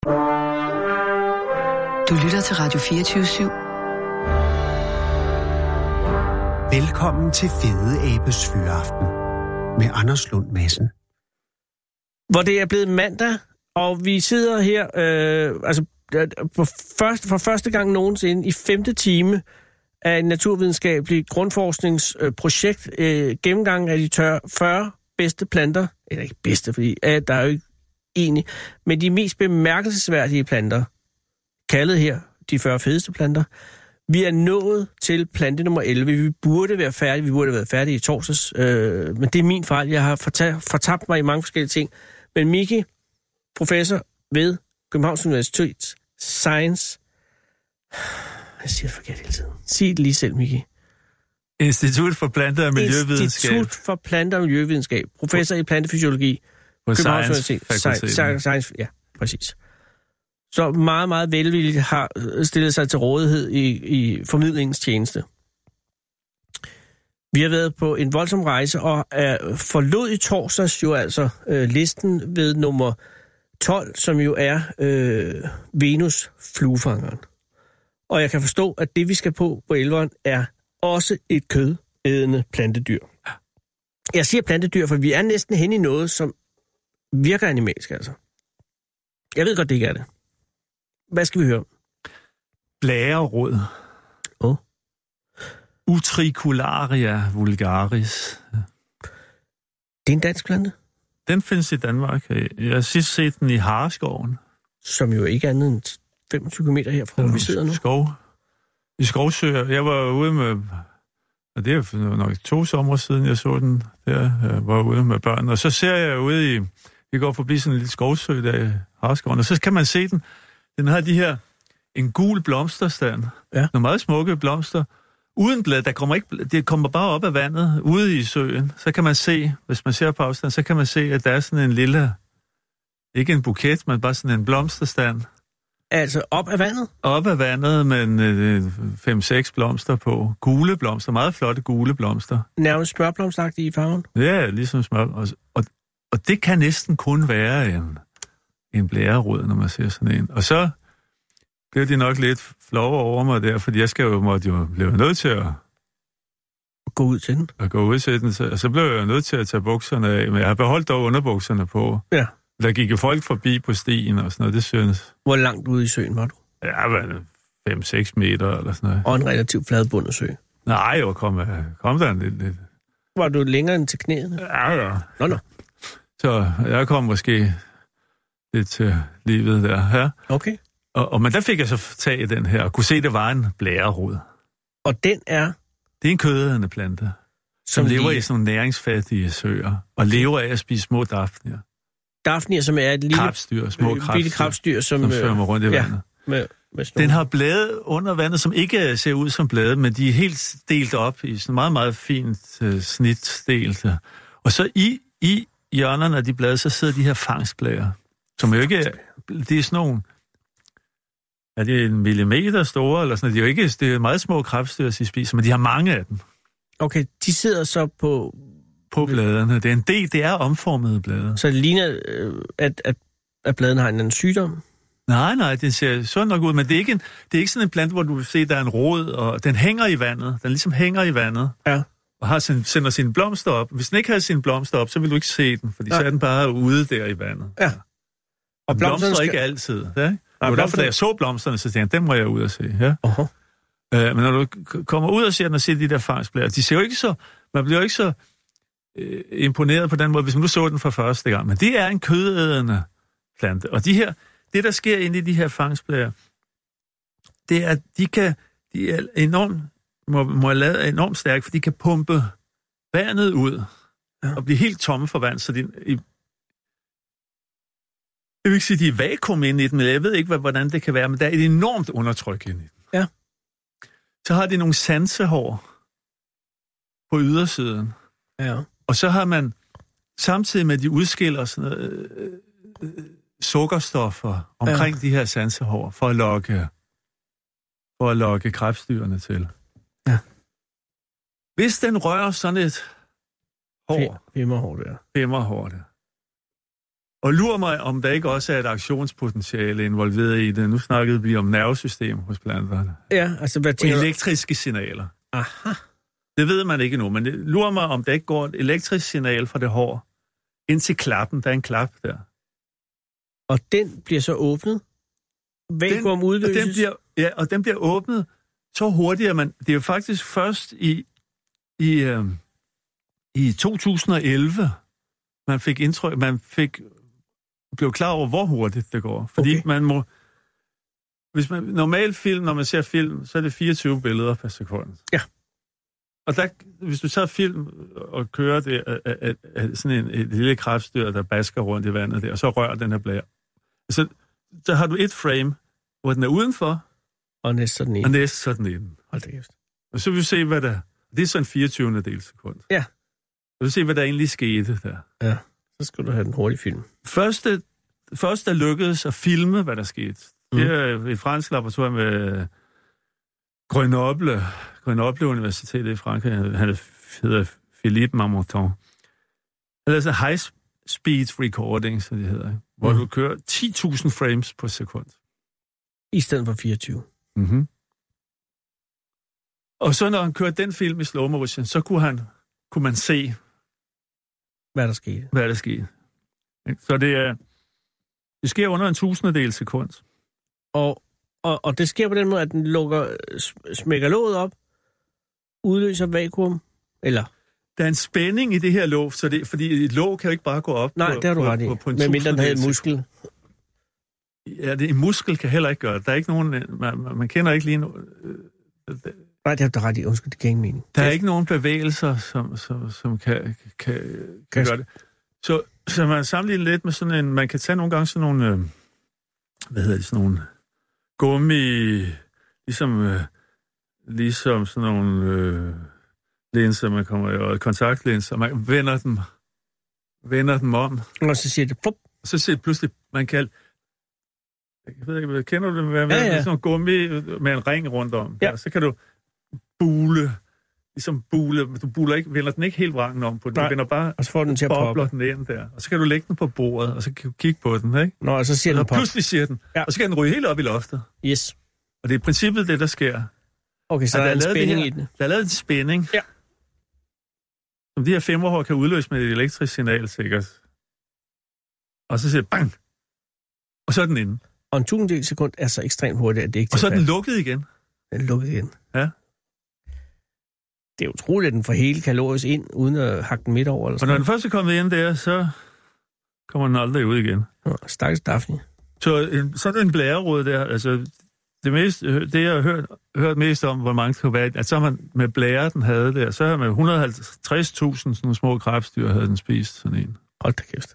Du lytter til Radio 24/7. Velkommen til Fede Abes Fyraften med Anders Lund Madsen. Hvor det er blevet mandag, og vi sidder her for første gang nogensinde i 5. time af et naturvidenskabeligt grundforskningsprojekt. Gennemgang af de 40 bedste planter, eller ikke bedste, fordi der er jo ikke enig, men de mest bemærkelsesværdige planter, kaldet her de 40 fedeste planter. Vi er nået til plante nummer 11. Vi burde være færdige. Vi burde have været færdige i torsdags. Men det er min fejl. Jeg har fortabt mig i mange forskellige ting. Men Miki, professor ved Københavns Universitet Science... Jeg siger det forkert hele tiden. Sig det lige selv, Miki. Institut for Planter og Miljøvidenskab. Institut for Planter og Miljøvidenskab. Professor i plantefysiologi. På Københavns Science. Science, ja, præcis. Så meget, meget velvilligt har stillet sig til rådighed i formidlingens tjeneste. Vi har været på en voldsom rejse og forlod i torsdags jo altså listen ved nummer 12, som jo er Venus fluefangeren. Og jeg kan forstå, at det vi skal på elveren er også et kødædende plantedyr. Jeg siger plantedyr, for vi er næsten hen i noget, som virker animalsk altså. Jeg ved godt, det ikke er det. Hvad skal vi høre? Blægerod. Oh. Utricularia vulgaris. Det er en dansk plante? Den findes i Danmark. Jeg har sidst set den i Hareskoven. Som jo ikke er andet end 25 km herfra, hvor vi sidder nu. I Skovsøer. Jeg var ude med... Og det er nok 2 sommer siden, jeg så den der. Jeg var ude med børn. Og så ser jeg ude i... Vi går forbi sådan en lille skovsø der i Hareskoven. Og så kan man se den. Den har de her... En gul blomsterstand. Ja. Nogle meget smukke blomster. Uden blad. Det kommer bare op af vandet. Ude i søen. Så kan man se, hvis man ser på afstand, så kan man se, at der er sådan en lille... Ikke en buket, men bare sådan en blomsterstand. Altså op af vandet? Op af vandet, med 5-6 blomster på. Gule blomster, meget flotte gule blomster. Nærmest smørblomstagtige i farven? Ja, ligesom smør. Og det kan næsten kun være en blærerod, når man ser sådan en. Og så blev de nok lidt flove over mig der, fordi jeg måtte jo blive nødt til at gå ud til den. Og så blev jeg nødt til at tage bukserne af, men jeg har beholdt dog underbukserne på. Ja. Der gik jo folk forbi på stien og sådan noget, det synes. Hvor langt ude i søen var du? Ja, 5-6 meter eller sådan noget. Og en relativt fladbundet sø? Nej, jo, kom der lidt. Var du længere end til knæene? Ja. Nå. Så jeg kom måske lidt til livet der. Ja. Okay. Men der fik jeg så tag i den her, og kunne se, at det var en blærerod. Og den er? Det er en kødædende plante, som lever i sådan nogle næringsfattige søer, og lever af at spise små daphnier. Daphnier, som er et lille små krabstyr, som svømmer rundt i vandet. Med den har blade under vandet, som ikke ser ud som blade, men de er helt delt op i sådan meget, meget fint snitdelt. Og så i hjørnerne af de blade, så sidder de her fangstblæger, som jo ikke det er sådan nogle, er det 1 millimeter store, eller sådan noget. De er jo ikke, det er meget små krabstyr, de spiser, men de har mange af dem. Okay, de sidder så på bladene. Det er omformede blade. Så det ligner, at bladene har en anden sygdom? Nej, det ser sådan nok ud, men det er ikke sådan en plante, hvor du vil se, der er en rod, og den hænger i vandet. Den ligesom hænger i vandet. Ja. Og sender sine blomster op. Hvis den ikke havde sine blomster op, så vil du ikke se den, fordi så er den bare ude der i vandet. Ja. Og blomster ikke altid. Ja? Det var derfor, da jeg så blomsterne, så tænkte jeg, dem må jeg ud og se. Ja? Men når du kommer ud og ser den og ser de der fangstblærer, de ser jo ikke så... Man bliver jo ikke så imponeret på den måde, hvis man nu så den for første gang. Men det er en kødædende plante. Og det, der sker inde i de her fangstblærer, det er, at de er enormt, må have lavet enormt stærke, for de kan pumpe vandet ud og blive helt tomme for vand, så jeg vil ikke sige, de er vakuum inde i den, men jeg ved ikke, hvordan det kan være, men der er et enormt undertryk inde i den. Ja. Så har de nogle sansehår på ydersiden. Ja. Og så har man, samtidig med, at de udskiller sådan noget, sukkerstoffer omkring de her sansehår, for at lokke krebsdyrene til. Ja. Hvis den rører sådan et hår... Femmerhår der. Femmerhår der. Og lurer mig, om der ikke også er et aktionspotentiale involveret i det. Nu snakkede vi om nervesystem hos planterne. Ja, altså hvad tænker du? Elektriske signaler. Aha. Det ved man ikke nu, men det lurer mig, om der ikke går et elektrisk signal fra det hår ind til klappen. Der er en klap der. Og den bliver så åbnet? Vakuum udløses? Og den bliver åbnet så hurtigt, at det er jo faktisk først i 2011, blev klar over, hvor hurtigt det går. Fordi man må... Normalt film, når man ser film, så er det 24 billeder per sekund. Ja. Og hvis du tager film og kører det af sådan et lille kræftdyr, der basker rundt i vandet der, og så rører den her blære. Så har du et frame, hvor den er udenfor, og næste sådan en. Og næste sådan en. Hold da kæft. Og så vil vi se, hvad der... Det er så en 24. del sekund. Ja. Så vil se, hvad der egentlig skete der. Ja, så skal du have den hurtige film. Først der lykkedes at filme, hvad der skete. Det er et fransk laboratorium med Grenoble Universitetet i Frankrig. Han hedder Philippe Marmottan. Han laver sådan high speed recording, så det hedder, hvor du kører 10.000 frames på sekund. I stedet for 24. Mhm. Og så når han kørte den film i slow motion, så kunne man se, hvad der skete. Så det sker under en 1000-del sekund. Og det sker på den måde, at den smækker låget op, udløser vakuum, eller? Der er en spænding i det her låg, fordi et låg kan jo ikke bare gå op. Nej, det har du ret i. Med mindre den havde en muskel. Ja, en muskel kan heller ikke gøre det. Der er ikke nogen... Man kender ikke lige... Nej, det har du ret i. Undskyld, det giver ingen mening. Der er ikke nogen bevægelser, som kan gøre det. Så man sammenligner lidt med sådan en... Man kan tage nogle gange sådan nogle... sådan nogle gummi... Ligesom sådan nogle linser, man kommer i kontaktlinser. Man vender dem om. Og så siger det... Plup. Og så siger det pludselig... Man kan... Jeg ved ikke, kender du det? Med sådan nogle gummi med en ring rundt om. Ja. Der. Så kan du du vender den ikke helt vrangen om på den. Du vender bare, og så får den til at poppe. Den ind der. Og så kan du lægge den på bordet, og så kan du kigge på den, ikke? Nå, og så siger den pop. Pludselig siger den. Ja. Og så kan den ryge helt op i loftet. Yes. Og det er i princippet det, der sker. Okay, så der er en spænding i den. Der er lavet en spænding. Ja. Som de her femmerhår kan udløse med et elektrisk signal, sikkert. Og så siger det bang! Og så er den inde. Og en 1000 sekund er så ekstremt hurtigt, at det ikke... Og så er den lukket igen. Den er lukket igen. Ja. Det er utroligt, at den får hele kalorier ind, uden at hakke den midt over. Eller og når den først er kommet ind der, så kommer den aldrig ud igen. Stakkels Daphne. Så er det en blærerod der. Altså, det jeg har hørt mest om, hvor mange skulle være, at så man med blære, den havde der, så har man 150.000 sådan nogle små krebsdyr, havde den spist sådan en. Hold da kæft.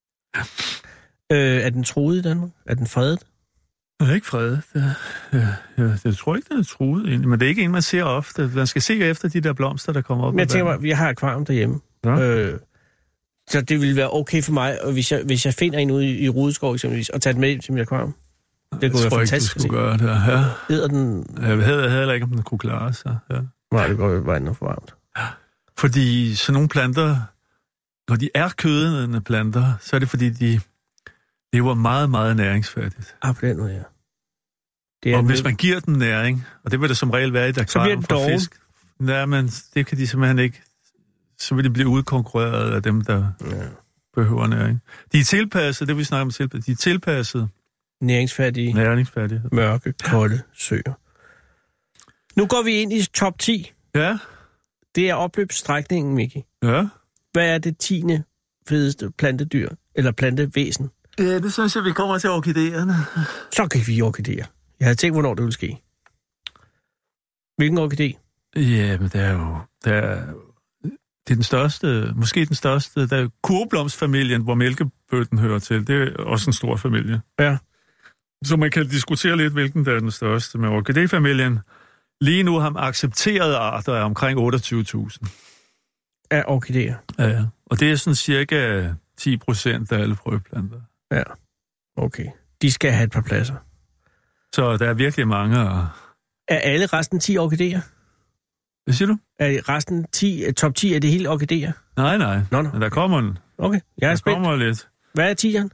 Er den truet i Danmark? Er den fredet? Den er ikke fredet. Jeg tror ikke, den er truet egentlig, men det er ikke en, man ser ofte. Man skal se efter de der blomster, der kommer op. Men jeg tænker mig, jeg har akvarium derhjemme. Ja. Så det ville være okay for mig, hvis jeg finder en ude i Rudeskov eksempelvis, og tager den med til mit akvarium. Det kunne være fantastisk. Jeg tror ikke, du skulle gøre det. Ja. Æder den... Jeg havde heller ikke, om den kunne klare sig. Ja. Nej, det går jo bare for varmt. Ja. Fordi sådan nogle planter, når de er kødende planter, så er det fordi, de lever meget, meget næringsfattigt. På den måde, ja. Og hvis man giver dem næring, og det vil det som regel være i et akvarium for fisk, men det kan de simpelthen ikke. Så vil de blive udkonkurreret af dem, der behøver næring. De er tilpasset, det vi snakker om tilpasset, de er tilpasset. Næringsfattige. Mørke, kolde søer. Nu går vi ind i top 10. Ja. Det er opløbsstrækningen, Miki. Ja. Hvad er det 10. fedeste plantedyr, eller plantevæsen? Ja, det synes jeg, vi kommer til orkidéerne. Så kan vi orkidéer. Jeg havde tænkt, hvornår det ville ske. Hvilken orkidé? Ja, men det er den største, måske den største, der er kurblomstfamilien, hvor mælkebøtten hører til. Det er også en stor familie. Ja. Så man kan diskutere lidt, hvilken der er den største. Men orkidéfamilien, lige nu har accepterede arter af omkring 28.000. Af orkidéer? Ja. Og det er sådan cirka 10% af alle frøplanter. Ja, okay. De skal have et par pladser. Så der er virkelig mange. Er alle resten 10 orkidéer? Hvad siger du? Er resten top 10, er det hele orkidéer? Nej. Nå. Men der kommer en. Okay, jeg er spændt. Der kommer lidt. Hvad er tigeren?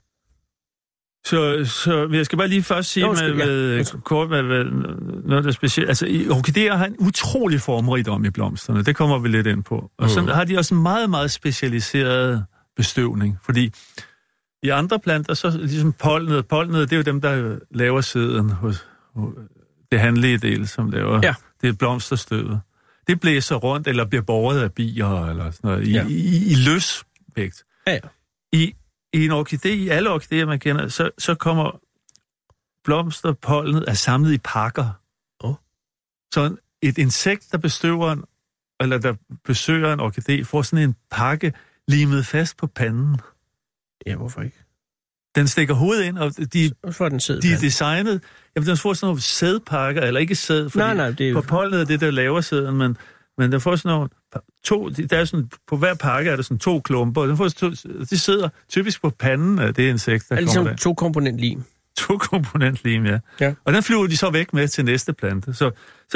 Så jeg skal bare lige først sige kort, hvad noget der specielt. Altså, orkideer har en utrolig formrigdom i blomsterne. Det kommer vi lidt ind på. Og så har de også en meget, meget specialiseret bestøvning. Fordi i andre planter, så ligesom pollenet, det er jo dem, der laver sæden hos det handlige del, som laver det er blomsterstøvet. Det blæser rundt, eller bliver båret af bier, eller sådan noget, i løsvægt. Ja. I en orkidé, i alle orkideer, man kender, så kommer blomsterpollenet er samlet i pakker. Så et insekt, der besøger en orkidé, får sådan en pakke limet fast på panden. Ja, hvorfor ikke? Den stikker hovedet ind, og de er designet. Jamen, den får sådan nogle sædpakker, eller ikke sæd, fordi det er på pollenet er det, der laver sæden, men den får sådan nogle der er sådan, på hver pakke er der sådan 2 klumper, den får de sidder typisk på panden af det insekt, der kommer der. 2-komponent lim. 2-komponent lim, ja. Og den flyver de så væk med til næste plante. Så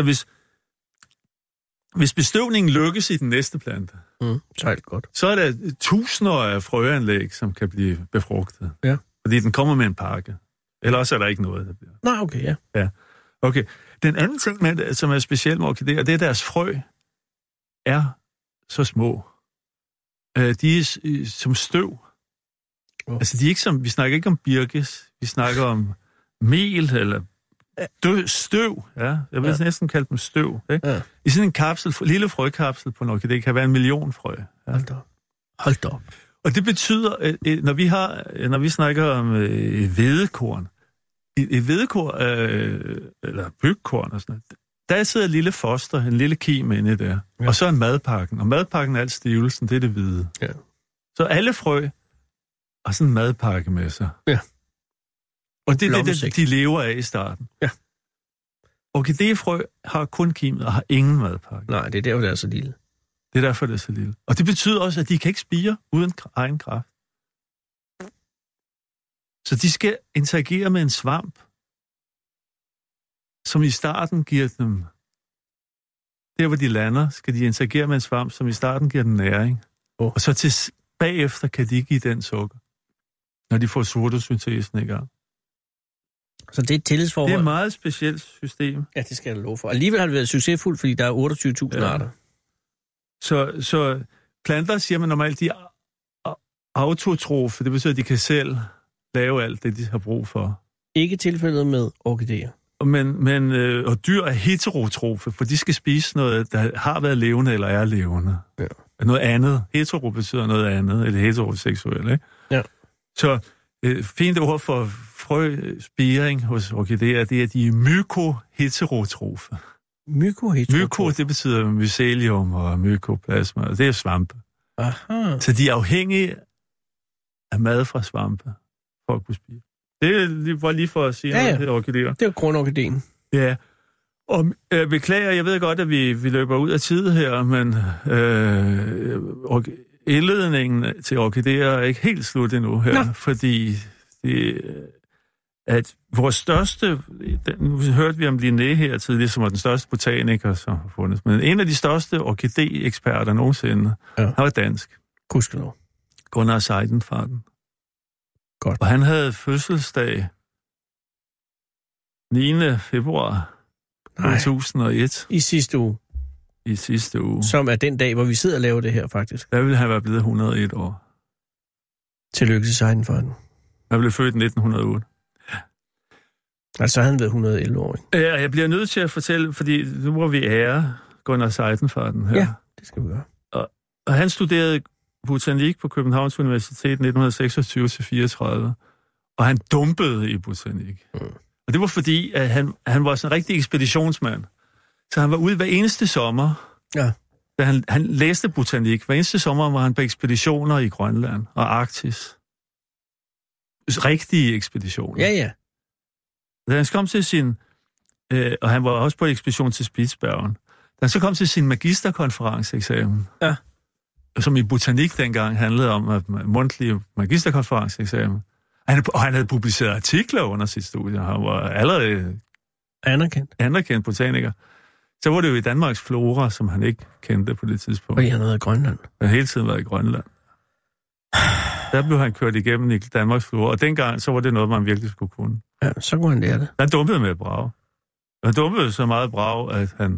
hvis bestøvningen lykkes i den næste plante, så er det godt. Så er der tusinder af frøanlæg, som kan blive befrugtet. Ja. Fordi den kommer med en pakke. Eller også er der ikke noget, der bliver. Nej, okay, ja. Okay. Den anden ting, som er specielt med orkideer, det er, deres frø er så små. De er som støv. Altså, de er ikke som, vi snakker ikke om birkes, vi snakker om mel eller støv. Ja, jeg vil næsten kalde dem støv. Ikke? Ja. I sådan en kapsel, lille frøkapsel på en orkidé, kan være 1 million frø. Ja. Hold da op. Og det betyder, når vi snakker om hvedekorn, i hvedekorn, eller bygkorn og sådan noget, der sidder et lille foster, en lille kim inde der. Ja. Og så er madpakken. Og madpakken er alt stivelsen, det er det hvide. Ja. Så alle frø har sådan en madpakke med sig. Ja. Og det er det, de lever af i starten. Ja. Orkidéfrø har kun kimet og har ingen madpakke. Nej, det er derfor, det er så lille. Det er derfor, det er så lille. Og det betyder også, at de kan ikke spire uden egen kraft. Så de skal interagere med en svamp, som i starten giver dem... Der, hvor de lander, skal de interagere med en svamp, som i starten giver dem næring. Og så bagefter kan de give den sukker, når de får fotosyntesen i gang. Så det er et tillidsforhold? Det er et meget specielt system. Ja, det skal jeg love for. Alligevel har det været succesfuldt, fordi der er 28.000 arter. Så planter, siger man normalt, de er autotrofe. Det betyder, at de kan selv lave alt det, de har brug for. Ikke tilfældet med orkideer. Og dyr er heterotrofe, for de skal spise noget, der har været levende eller er levende. Ja. Noget andet. Hetero betyder noget andet, eller heteroseksuel, ikke? Ja. Så fint ord for frøspiring hos orkideer, det er, at de er mykoheterotrofe. Myko, det betyder mycelium og mykoplasma, og det er svampe. Aha. Så de er afhængige af mad fra svampe, for at kunne spire. Det var lige for at sige noget til orkideer. Det er grundorkideen. Ja, og beklager, jeg ved godt, at vi løber ud af tid her, men indledningen til orkideer er ikke helt slut endnu her, fordi at vores største, nu hørte vi om Linné her tidligere, som var den største botaniker, som har fundet, men en af de største orkidé-eksperter nogensinde, han var dansk. Gudskelov. Gunnar Seidenfaden. Godt. Og han havde fødselsdag 9. februar 2001. I sidste uge. I sidste uge. Som er den dag, hvor vi sidder og laver det her, faktisk. Der ville han være blevet 101 år. Tillykke til Seidenfaden. Han blev født i 1908. Altså, han været 111 år. Ja, jeg bliver nødt til at fortælle, fordi nu må vi ære Gunnar Seidenfaden her. Ja, det skal vi gøre. Og han studerede botanik på Københavns Universitet 1926-34, og han dumpede i botanik. Og det var fordi, at han var sådan en rigtig ekspeditionsmand. Så han var ude hver eneste sommer, da han læste botanik. Hver eneste sommer var han på ekspeditioner i Grønland og Arktis. Rigtige ekspeditioner. Ja. Da han kom til sin... og han var også på ekspedition til Spitsbergen. Da han så kom til sin magisterkonferenceeksamen, som i botanik dengang handlede om at mundtlig magisterkonferenceeksamen, og han havde publiceret artikler under sit studie. Han var allerede anerkendt botaniker. Så var det jo i Danmarks flora, som han ikke kendte på det tidspunkt. Og han havde været i Grønland. Han hele tiden været i Grønland. Der blev han kørt igennem i Danmarks flora, og dengang så var det noget, man virkelig skulle kunne. Ja, så kunne han lære det. Han dumpede med Brag. Han dumpede så meget Brag, at han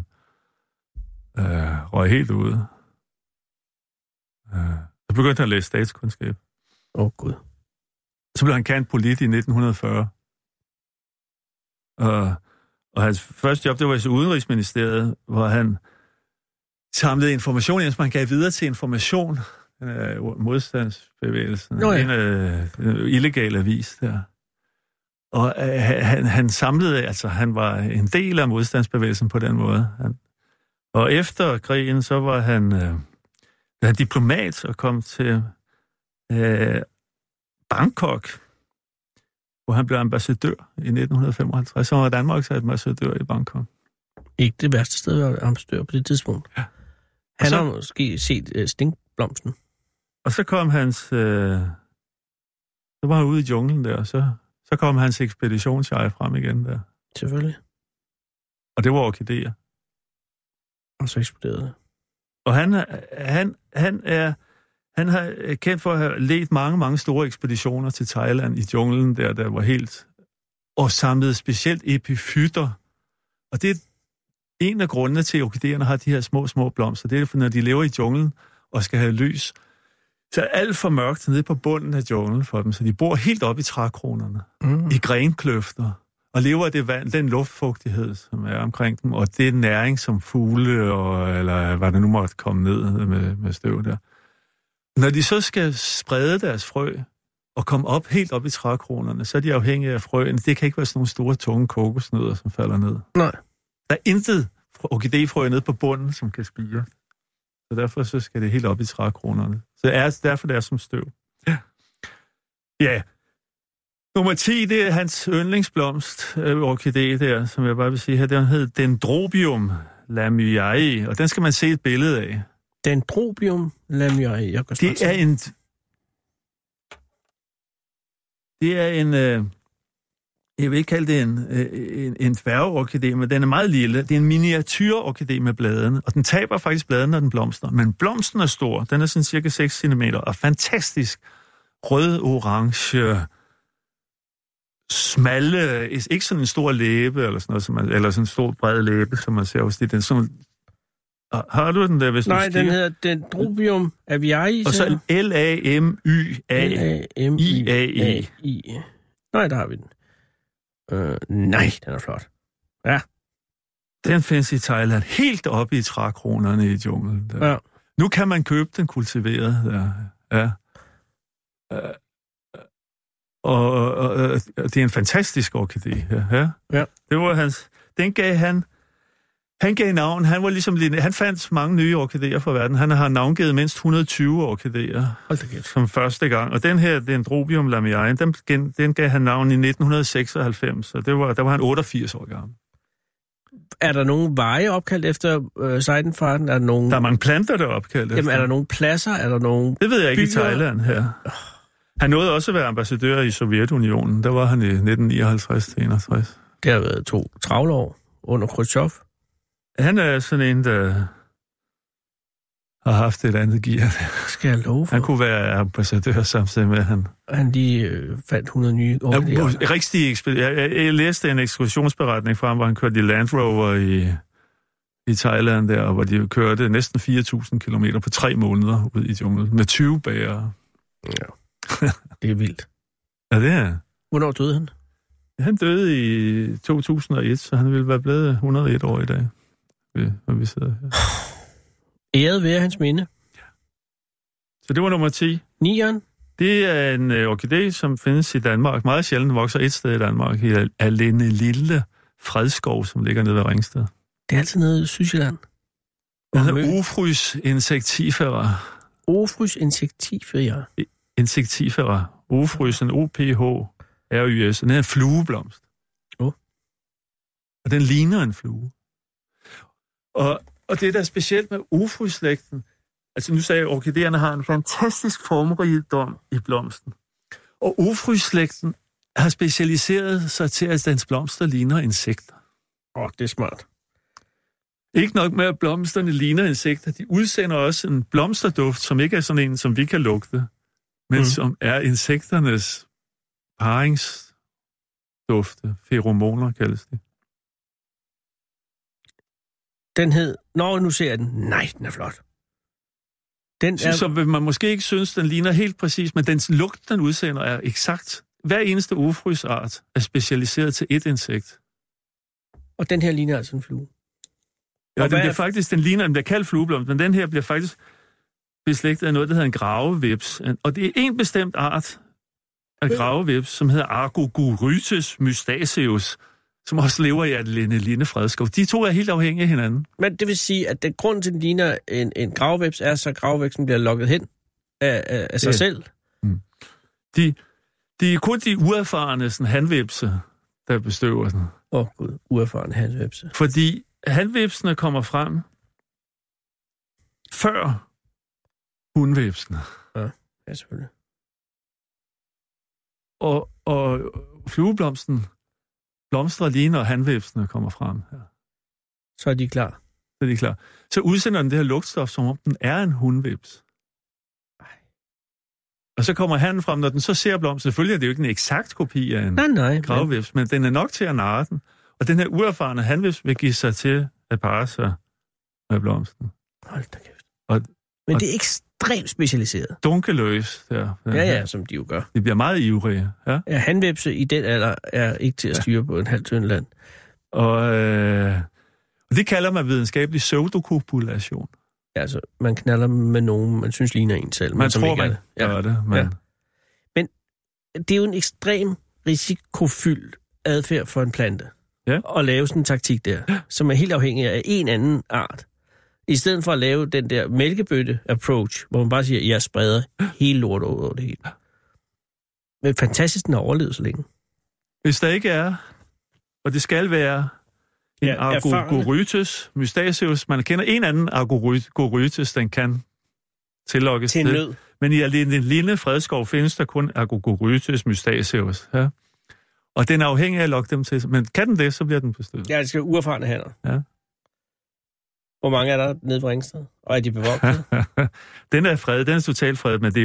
røg helt ude. Så begyndte han at læse statskundskab. Gud. Så blev han cand.polit. i 1940. Og hans første job, det var i Udenrigsministeriet, hvor han samlede information, som han gav videre til Information, modstandsbevægelsen, en illegal avis der. Og han samlede, altså han var en del af modstandsbevægelsen på den måde. Og efter krigen, så var han diplomat og kom til Bangkok, hvor han blev ambassadør i 1955. Så var Danmarks ambassadør i Bangkok. Ikke det værste sted at være ambassadør på det tidspunkt. Ja. Han har måske set stinkblomsten. Og så kom så var han ude i junglen der, og så kom hans ekspeditionsjeg frem igen der. Selvfølgelig. Og det var orkideer. Og så eksploderede det. Og han har kendt for at have ledt mange, mange store ekspeditioner til Thailand i junglen der var helt... Og samlede specielt epifytter. Og det er en af grundene til, at orkideerne har de her små blomster. Det er, for når de lever i junglen og skal have lys, så er alt for mørkt nede på bunden af junglen for dem. Så de bor helt op i trækronerne, i grenkløfter, og lever af det vand, den luftfugtighed, som er omkring dem, og det næring som fugle, eller hvad det nu måtte komme ned med støv der. Når de så skal sprede deres frø og komme helt op i trækronerne, så er de afhængige af frøen. Det kan ikke være sådan nogle store, tunge kokosnødder, som falder ned. Nej. Der er intet orkidéfrø nede på bunden, som kan spire. Så derfor så skal det helt op i trækronerne. Så derfor det er som støv. Ja. Nummer 10, det er hans yndlingsblomst, orkidé der, som jeg bare vil sige her. Den hedder Dendrobium lamiae, og den skal man se et billede af. Dendrobium lamiae. Det er en jeg vil ikke kalde det en dværgeorkidé, men den er meget lille. Det er en miniatyrorkidé med bladene, og den taber faktisk bladene, når den blomster. Men blomsten er stor. Den er sådan cirka 6 cm, og fantastisk rød-orange, smalle, ikke sådan en stor læbe, eller sådan noget, eller sådan en stor bred læbe, som man ser hos det. Den sådan... Har du den der, hvis Nej, du stiger? Den hedder Dendrobium aviae. Og så Lamyiae. Nej, der har vi den. Nej, den er flot. Ja. Den findes i Thailand, helt oppe i trækronerne i junglen. Der. Ja. Nu kan man købe den kultiveret. Der. Ja. Og det er en fantastisk orkidé. Ja. Det var hans... Den gav han gav navn. Han var ligesom... Han fandt mange nye orkidéer fra verden. Han har navngivet mindst 120 orkidéer som første gang. Og den her, Dendrobium lamiae, den gav han navn i 1996. Så der var han 88 år gammel. Er der nogen veje opkaldt efter Seidenfarten? Der er mange planter, der er opkaldt efter. Jamen, er der nogen pladser? Er der nogen Det ved jeg ikke byer? I Thailand her. Han nåede også at være ambassadør i Sovjetunionen. Der var han i 1959-61. Det har været 2 travle år under Khrushchev. Han er sådan en, der har haft et andet gear. Skal jeg love for? Han kunne være ambassadør samtidig med, han lige fandt 100 nye orkidéer. Jeg læste en ekskursionsberetning fra ham, hvor han kørte i Land Rover i Thailand der, hvor de kørte næsten 4.000 kilometer på 3 måneder ud i junglen med 20 bærere. Ja, det er vildt. Ja, det er. Hvornår døde han? Han døde i 2001, så han ville være blevet 101 år i dag, når vi sidder her. Æret være hans minde. Ja. Så det var nummer 10. 9'eren? Det er en orkidé, som findes i Danmark. Meget sjældent vokser et sted i Danmark, i Alene Lille Fredskov, som ligger nede ved Ringsted. Det er altid nede i Sydsjælland. Den hedder Ophrys insectifera. Ophrys insectifera. Insectifera. Ophrys, en OPH-RYS. Den er en flueblomst. Og den ligner en flue. Og det, der er specielt med Ophrys-slægten, altså nu sagde jeg, at orkidéerne har en fantastisk formrigdom i blomsten. Og Ophrys-slægten har specialiseret sig til, at dens blomster ligner insekter. Det er smart. Ikke nok med, at blomsterne ligner insekter. De udsender også en blomsterduft, som ikke er sådan en, som vi kan lugte. men som er insekternes paringsdufte. Feromoner kaldes det. Den hed... nu ser jeg den. Nej, den er flot. Så vil man måske ikke synes, den ligner helt præcis, men den lugt, den udsender, er eksakt. Hver eneste ufrysart er specialiseret til et insekt. Og den her ligner altså en flue? Ja, den bliver kaldt flueblomst, men den her bliver faktisk beslægtet af noget, der hedder en gravevips. Og det er en bestemt art af gravevips, som hedder Argogorytes mystaceus, som også lever i Adeline fredskov. De to er helt afhængige af hinanden. Men det vil sige, at grund til, at den ligner en gravevips, er så gravevipsen bliver lukket hen af sig selv? Mm. De er kun de uerfarne hanvipse, der bestøver den. Gud, uerfarne hanvipse. Fordi hanvipsene kommer frem før hunvipsene. Ja, selvfølgelig. Og flueblomsten blomstrer lige, når hanvipsene kommer frem. Ja. Så er de klar. Så udsender den det her lugtstof, som om den er en hunvips. Og så kommer hannen frem, når den så ser blomsten. Selvfølgelig er det jo ikke en eksakt kopi af en gravvips, men den er nok til at narre den. Og den her uerfarne hanvips vil give sig til at parre sig med blomsten. Hold da kæft. Men det er ekstremt specialiseret. Dunkeløs. Ja, som de jo gør. De bliver meget ivrige. Ja, hanvipse i den alder er ikke til at styre på en halv tynd land. Og det kalder man videnskabelig pseudokopulation. Ja, altså, man knaller med nogen, man synes ligner en selv. Man tror, man gør det. Men det er jo en ekstrem risikofyldt adfærd for en plante. Ja. At lave sådan en taktik der, som er helt afhængig af en anden art. I stedet for at lave den der mælkebøtte-approach, hvor man bare siger, at jeg spreder hele lortet over det hele. Men fantastisk, den har overlevet så længe. Hvis der ikke er, og det skal være en Argogorytes mystaceus, man kender en anden Argogorytes, den kan tillokkes til nød. Men i den lille fredskov findes der kun Argogorytes mystaceus. Ja. Og den er afhængig af at lokke dem til. Men kan den det, så bliver den bestøvet. Ja, det skal uerfarne hanner. Ja. Hvor mange er der nede på Ringsted? Og er de bevogtet? Den er fredet, den er totalt fredet, men det er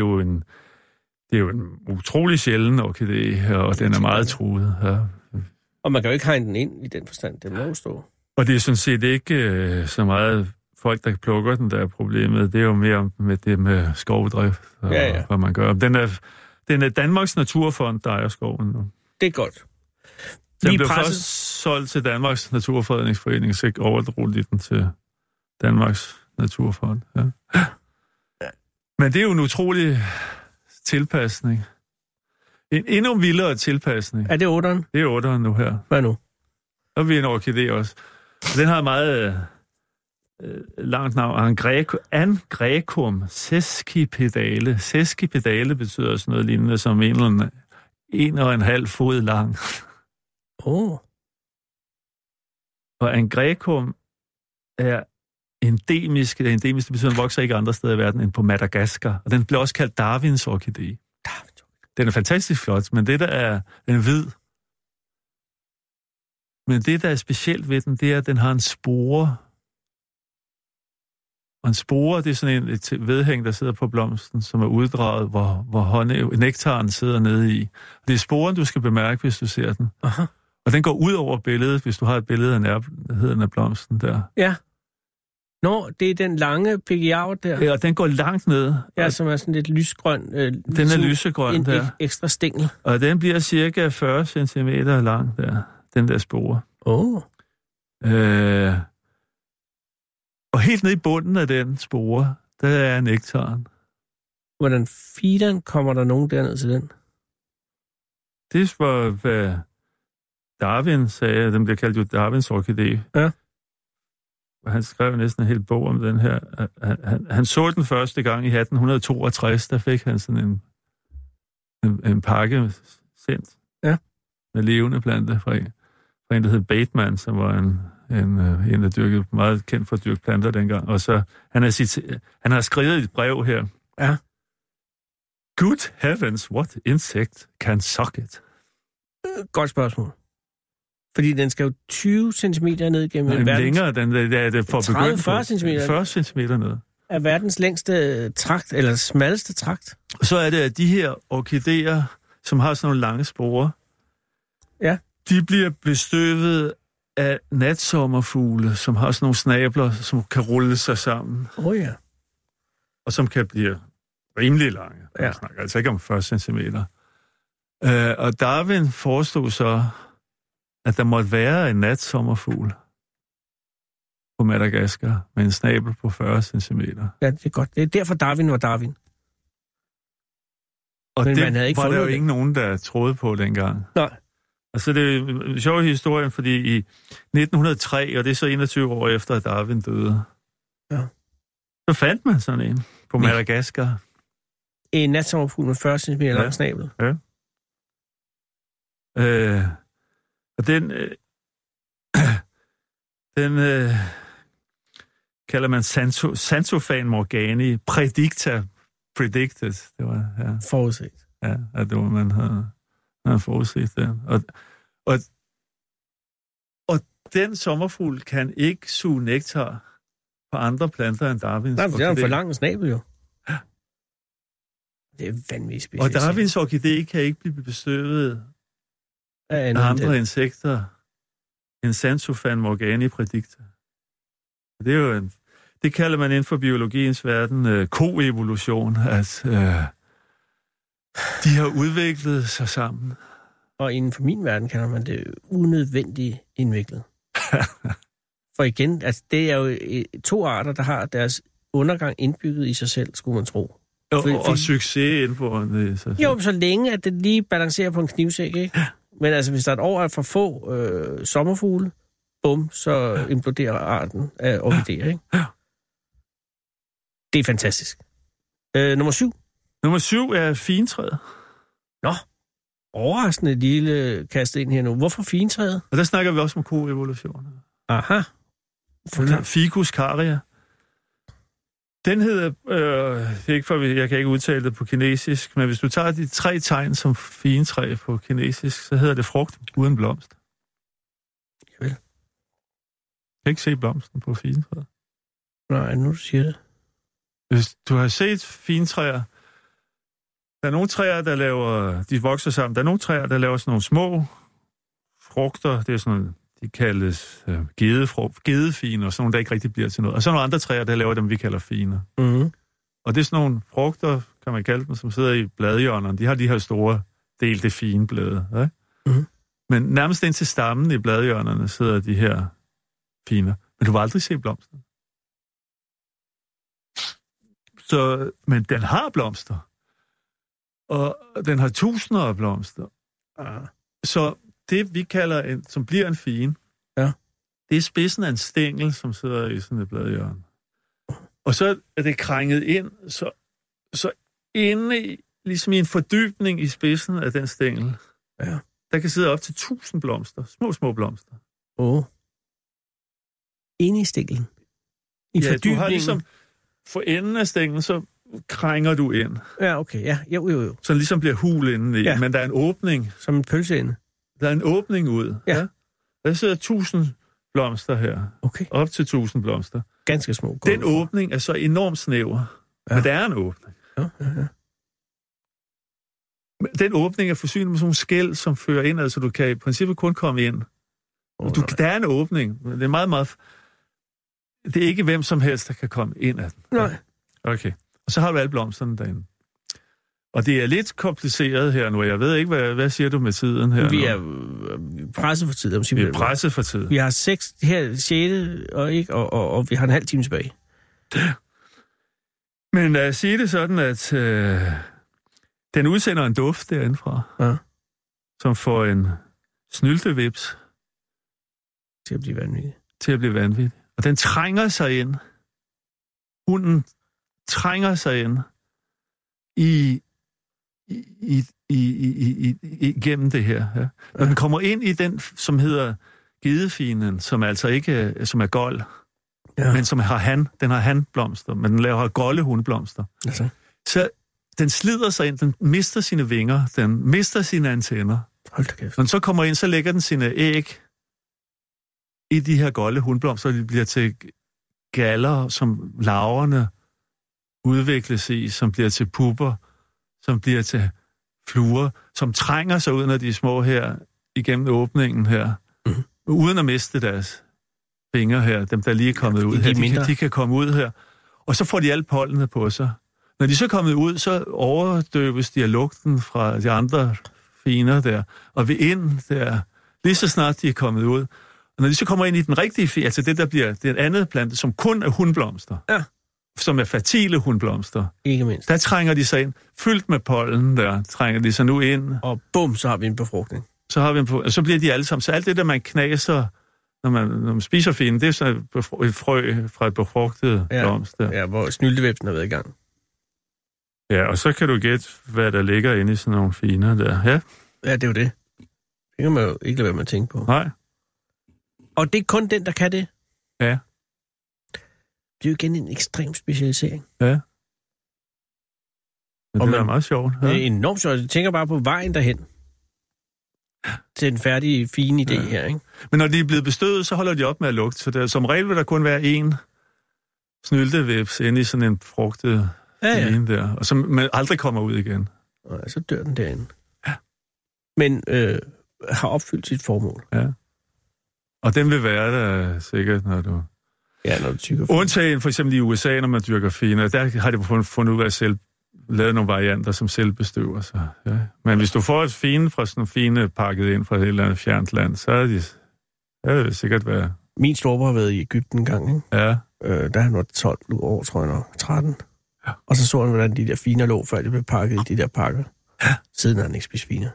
jo en utrolig sjælden orkidé, og den er meget truet. Ja. Og man kan jo ikke hegne den ind i den forstand, det må jo stå. Og det er sådan set ikke så meget folk, der plukker den, der er problemet. Det er jo mere med det med skovdrift, og hvad man gør. Den er Danmarks Naturfond, der ejer skoven nu. Det er godt. Den blev først solgt til Danmarks Naturfredningsforening, så ikke overdrog de den til Danmarks Naturfond. Ja. Men det er jo en utrolig tilpasning. En endnu vildere tilpasning. Er det 8'eren? Det er 8'eren nu her. Hvad nu? Og vi er en orkidé også. Den har meget langt navn. Angræcum sesquipedale. Sesquipedale betyder sådan noget lignende som en eller anden 1,5 fod lang. Og angræcum er endemisk. Det er endemisk, det betyder, at den vokser ikke andre steder i verden end på Madagaskar. Og den bliver også kaldt Darwins orkidé. Den er fantastisk flot, men det der er den hvid. Men det, der er specielt ved den, det er, at den har en spore. Og en spore, det er sådan et vedhæng, der sidder på blomsten, som er uddraget, hvor nektaren sidder nede i. Det er sporen, du skal bemærke, hvis du ser den. Aha. Og den går ud over billedet, hvis du har et billede af nærheden af blomsten der. Ja. Det er den lange PGA der. Ja, og den går langt ned. Ja, som er sådan lidt lysgrøn. Den er lysegrøn der. En ekstra stængel. Og den bliver cirka 40 cm lang der, den der spore. Og helt ned i bunden af den spore, der er nektaren. Hvordan filen kommer der nogen derned til den? Det var, hvad Darwin sagde. Den bliver kaldt jo Darwins orkidé. Ja. Og han skrev næsten en hel bog om den her. Han så den første gang i 1862, der fik han sådan en pakke sendt med levende planter fra en, der hed Bateman, som var en der dyrkede meget kendt for at dyrke planter dengang. Og så han har skrevet et brev her. Ja. Good heavens, what insect can suck it? Godt spørgsmål. Fordi den skal jo 20 cm ned gennem verdens... Længere, den der for at begynde 40 cm. 40 cm ned. Er verdens længste trakt, eller smalleste trakt. Og så er det, at de her orkideer, som har sådan nogle lange sporer, ja, de bliver bestøvet af natsommerfugle, som har sådan nogle snabler, som kan rulle sig sammen. Ja. Og som kan blive rimelig lange. Ja. Jeg snakker altså ikke om 40 centimeter. Og Darwin forestod så, at der måtte være en natsommerfugl på Madagaskar med en snabel på 40 centimeter. Ja, det er godt. Det er derfor Darwin var Darwin. Og men det man havde ikke var der jo det. ikke nogen, der troede på dengang. Nej. Altså, det er en sjov historie, fordi i 1903, og det er så 21 år efter, at Darwin døde, ja, så fandt man sådan en på Madagaskar. En natsommerfugl med 40 cm lang snabel. Ja. Og den kalder man Xanthophan morgani, predicted. Det var, ja. Forudset. Ja, at det var, man havde forudset det. Og den sommerfugl kan ikke suge nektar på andre planter end Darwins. Nej, det er en for lang snabel jo. Ja. Det er vanvittigt specielt. Og Darwins orkidé kan ikke blive bestøvet af andre insekter end Xanthophan morgani predicta. Det er jo det kalder man inden for biologiens verden koevolution, at de har udviklet sig sammen. Og inden for min verden kalder man det unødvendigt indviklet. For igen, altså det er jo to arter, der har deres undergang indbygget i sig selv, skulle man tro. Og succes indbåret i sig selv. Jo, så længe, at det lige balancerer på en knivsæk, ikke? Men altså, hvis der er et år er for få sommerfugle, bum, så imploderer arten af orkideer, ikke? Det er fantastisk. Nummer 7. Nummer 7 er fintræet. Nå, overraskende lille kastet ind her nu. Hvorfor fintræet? Og der snakker vi også om koevolution. Aha. Ficus caria. Den hedder, ikke for, jeg kan ikke udtale det på kinesisk, men hvis du tager de 3 tegn som fintræ på kinesisk, så hedder det frugt uden blomst. Javel. Jeg kan ikke se blomsten på fintræet. Nej, nu du siger det. Hvis du har set fintræer, der er nogle træer, der laver, de vokser sammen, der er nogle træer, der laver sådan nogle små frugter, det er sådan nogle, de kaldes gedefiner, og sådan nogle, der ikke rigtig bliver til noget. Og så er nogle andre træer, der laver dem, vi kalder finer. Mm-hmm. Og det er sådan nogle frugter, kan man kalde dem, som sidder i bladhjørnerne. De har de her store delte fine blade. Ikke? Mm-hmm. Men nærmest ind til stammen i bladhjørnerne sidder de her finer. Men du vil aldrig se blomsten. Men den har blomster. Og den har tusinder af blomster. Så det, vi kalder, som bliver en fien, det er spidsen af en stængel, som sidder i sådan et bladhjørne. Og så er det krænget ind, så inde ligesom i en fordybning i spidsen af den stængel, der kan sidde op til 1000 blomster. Små blomster. Inde i stænglen? Du har ligesom for enden af stænglen, så krænger du ind. Ja, okay. Ja, jo. Så den ligesom bliver hul indeni, men der er en åbning. Som en pølseende? Der er en åbning ud. Ja. Der sidder 1000 blomster her. Okay. Op til 1000 blomster. Ganske små. Den åbning er så enormt snæver. Ja. Men der er en åbning. Ja. Den åbning er forsynet med sådan nogle skæl, som fører ind, altså du kan i princippet kun komme ind. Der er en åbning. Det er meget, meget... Det er ikke hvem som helst, der kan komme ind af den. Nej. Okay. Og så har du alle blomsterne derinde. Og det er lidt kompliceret her nu. Jeg ved ikke, hvad siger du med tiden her? Vi er presset for tiden. Vi er presset for tiden. Vi har 6 her 6. Og vi har en halv time tilbage. Men lad os sige det sådan, at den udsender en duft derindefra, som får en snyltevips til at blive vanvittig. Og den trænger sig ind. Hunden trænger sig ind igennem det her. Ja. Når den kommer ind i den, som hedder gedefinen, som altså ikke som er gold, men som har den har hanblomster, men den laver golde hundblomster. Altså. Så den slider sig ind, den mister sine vinger, den mister sine antenner. Hold da kæft. Når den så kommer ind, så lægger den sine æg i de her golde hundblomster, og de bliver til galler, som larverne udvikles i, som bliver til pupper, som bliver til fluer, som trænger sig ud, når de er små her, igennem åbningen her, uden at miste deres fingre her, dem der lige er kommet ud her, de kan komme ud her, og så får de alt pollenet på sig. Når de så er kommet ud, så overdøves de af lugten fra de andre finer der, og ved ind der, lige så snart de er kommet ud. Og når de så kommer ind i den rigtige fin, altså det der bliver det andet plante, som kun er hunblomster, som er fertile hunblomster. Ikke mindst. Der trænger de sig ind, fyldt med pollen der, trænger de sig nu ind. Og bum, så har vi en befrugtning. Og så bliver de alle sammen. Så alt det der, man knaser, når man spiser finen, det er så et frø fra et befrugtet blomst der. Ja, hvor snyltevæbsen har været i gang. Ja, og så kan du gætte, hvad der ligger inde i sådan nogle finer der. Ja, det er jo det. Det kan man jo ikke lade være med at tænke på. Nej. Og det er kun den, der kan det? Ja. Det er jo igen en ekstrem specialisering. Ja. Men det er meget sjovt. Ja. Det er enormt sjovt. Jeg tænker bare på vejen derhen. Til den færdige, fine idé her, ikke? Men når de er blevet bestøvet, så holder de op med at lugte. Så der, som regel vil der kun være én snyltevæbs inde i sådan en frugtet fine der, og som man aldrig kommer ud igen. Og så dør den derinde. Ja. Men har opfyldt sit formål. Ja. Og den vil være der sikkert, når du... Ja, når du tykker. Undtagen for eksempel i USA, når man dyrker finer, der har de fundet ud af at selv lave nogle varianter, som selv bestøver sig. Ja. Men hvis du får et fine fra sådan nogle fine pakket ind fra et eller andet fjernt land, så er det sikkert være... Min storebror har været i Egypten en gang, ikke? Ja. Da han var 12 år, tror jeg nok, 13. Ja. Og så han, hvordan de der finer lå, før de blev pakket i de der pakker. Ja. Siden har han ikke spist finer.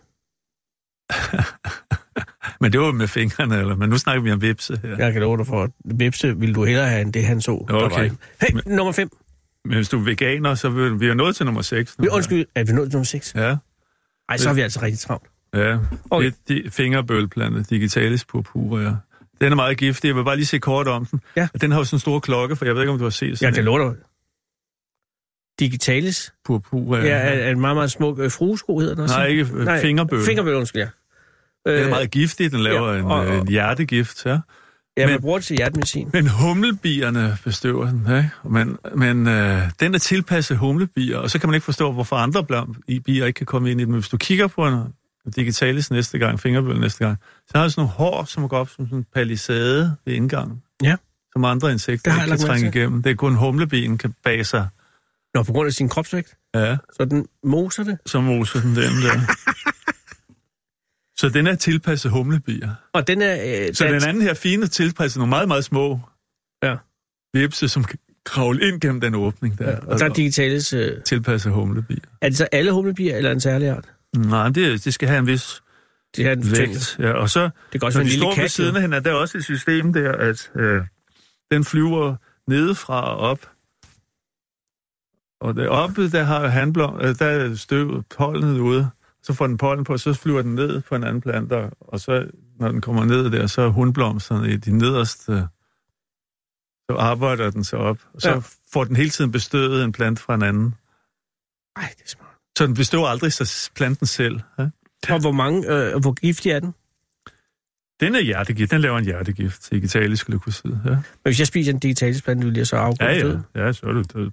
Men det var med fingrene, eller? Men nu snakker vi om vipse her. Jeg kan love dig for, at vipse ville du hellere have, end det han så. Okay. Hey, nummer 5. Men hvis du er veganer, så vil vi nået til nummer 6. Nu. Undskyld, er vi nået til nummer 6? Ja. Ej, så er vi altså rigtig travlt. Ja, okay. Det er fingerbølplantet, Digitalis purpurea. Den er meget giftig. Jeg vil bare lige se kort om den. Ja. Den har jo sådan en stor klokke, for jeg ved ikke, om du har set sådan. Ja, det lover dig. Digitalis purpurea. Ja, er en meget, meget smuk fruesko, hedder den også. Nej, ikke fingerbøl. Fingerbøl, undskyld, ja. Den er meget giftig. Den laver en hjertegift, ja. Ja, man bruger det til hjertemedicin. Men humlebierne bestøver den, ikke? Men den er tilpasset humlebier, og så kan man ikke forstå, hvorfor andre bier ikke kan komme ind i den. Men hvis du kigger på en Digitalis næste gang, fingerbøl næste gang, så har det sådan nogle hår, som går op som sådan en palisade ved indgangen. Ja. Som andre insekter ikke kan trænge igennem. Det er kun humlebien kan bage sig. Nå, på grund af sin kropsvægt? Ja. Så den moser det? Så moser den der. Så den er tilpasset humlebier. Og den er... så den anden her fine tilpasset nogle meget, meget små vipse, som kan kravle ind gennem den åbning der. Ja, og der er Digitalis... tilpasset humlebier. Er det så alle humlebier, eller en særlig art? Nej, det skal have en vis vægt. Ja, og så, det når de står ved siden af hende, der er også et system der, at den flyver nedefra og op. Og deroppe, der har handblom, der er støv, pollenet ude. Så får den pollen på, så flyver den ned på en anden plante, og så, når den kommer ned der, så er hundblomsterne i de nederste, så arbejder den sig op, og så får den hele tiden bestøvet en plante fra en anden. Ej, det er smart. Så den bestøver aldrig sig planten selv. Ja? Og hvor giftig er den? Den er hjertegift. Den laver en hjertegift, Digitalis glykosid. Ja. Men hvis jeg spiser en Digitalis plante, vil jeg så afgå død? Ja, så er du død.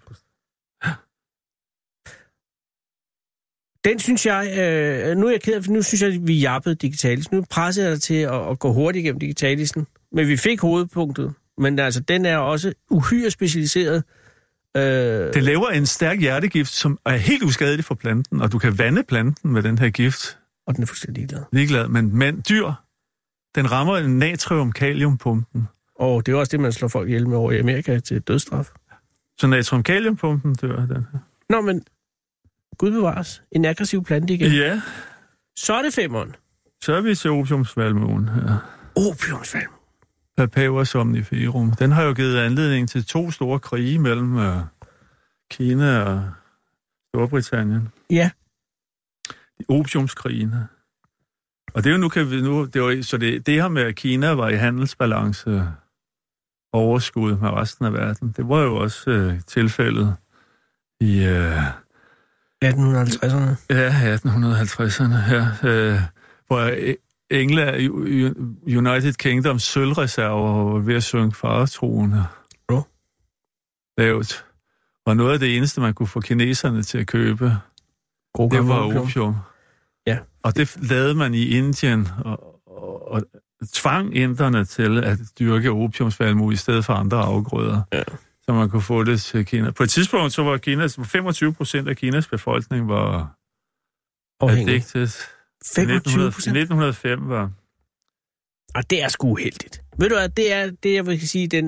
Den synes jeg, nu er jeg ked af, for nu synes jeg, at vi jappede Digitalis. Nu presser jeg dig til at gå hurtigt igennem Digitalisen. Men vi fik hovedpunktet. Men altså, den er også uhyre specialiseret. Det laver en stærk hjertegift, som er helt uskadelig for planten, og du kan vande planten med den her gift. Og den er fuldstændig ligeglad. Men dyr, den rammer en natrium-kalium-pumpen. Og det er også det, man slår folk ihjel med over i Amerika til dødsstraf. Så natrium-kalium-pumpen dør den her. Nå, men Gud bevares. En aggressiv plante igen. Ja. Så er det 5'eren. Så er vi til opiumsvalmuen her. Opiumsvalmuen. Papaver somniferum. Den har jo givet anledning til 2 store krige mellem Kina og Storbritannien. Ja. Opiumskrigene. Og det er jo det her med, at Kina var i handelsbalance overskud med resten af verden. Det var jo også tilfældet i 1850'erne. Ja, 1850'erne her. Hvor England, United Kingdom sølvreserver var ved at synke faretroende. Lavt. Var noget af det eneste, man kunne få kineserne til at købe Det var opium. Ja. Og det lavede man i Indien, og tvang inderne til at dyrke opiumsvalmue i stedet for andre afgrøder, så man kunne få det til Kina. På et tidspunkt så var 25% af Kinas befolkning var addicted. 25%? I 1905 var... Og det er sgu uheldigt. Ved du hvad, det er det, jeg vil sige, det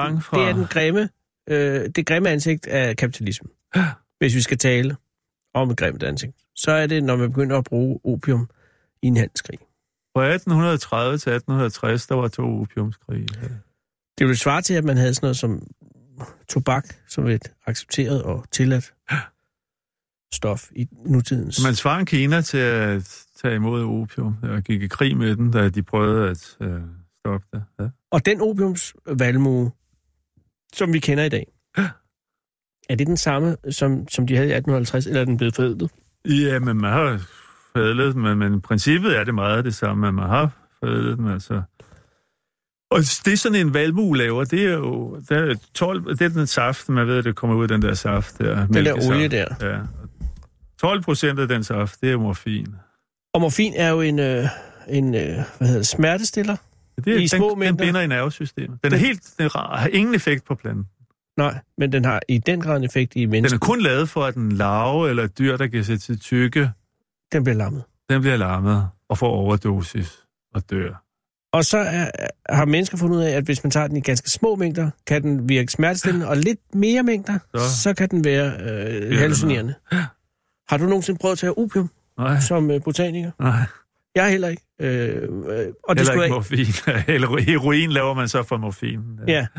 er det grimme ansigt af kapitalismen. Hvis vi skal tale om et grimt ansigt, så er det, når man begynder at bruge opium i en handelskrig. Fra 1830 til 1860, der var 2 opiumskrige. Ja. Det ville svare til, at man havde sådan noget som tobak, som et accepteret og tilladt stof i nutidens... Man tvang Kina til at tage imod opium, og gik i krig med den, da de prøvede at stoppe det. Ja. Og den opiumsvalmue, som vi kender i dag, er det den samme, som de havde i 1850, eller er den blevet forædlet? Ja, men man har forædlet den, men princippet er det meget det samme, at man har forædlet den, altså. Og det sådan en valmue laver, det er jo... Det er den saft, man ved, at det kommer ud af den der saft der. Den der olie der. Ja. 12% af den saft, det er morfin. Og morfin er jo en smertestiller i små mængder. Den binder i nervesystemet. Den har ingen effekt på planten. Nej, men den har i den grad en effekt i mennesker. Den er kun lavet for, at en larve eller et dyr, der kan sætte til tykke... Den bliver lammet. Den bliver lammet og får overdosis og dør. Og så har mennesker fundet ud af, at hvis man tager den i ganske små mængder, kan den virke smertestillende, og lidt mere mængder, så kan den være hallucinerende. Har du nogensinde prøvet at tage opium som botaniker? Nej. Jeg har heller ikke. Og det heller ikke morfin. Heroin laver man så for morfin. Ja.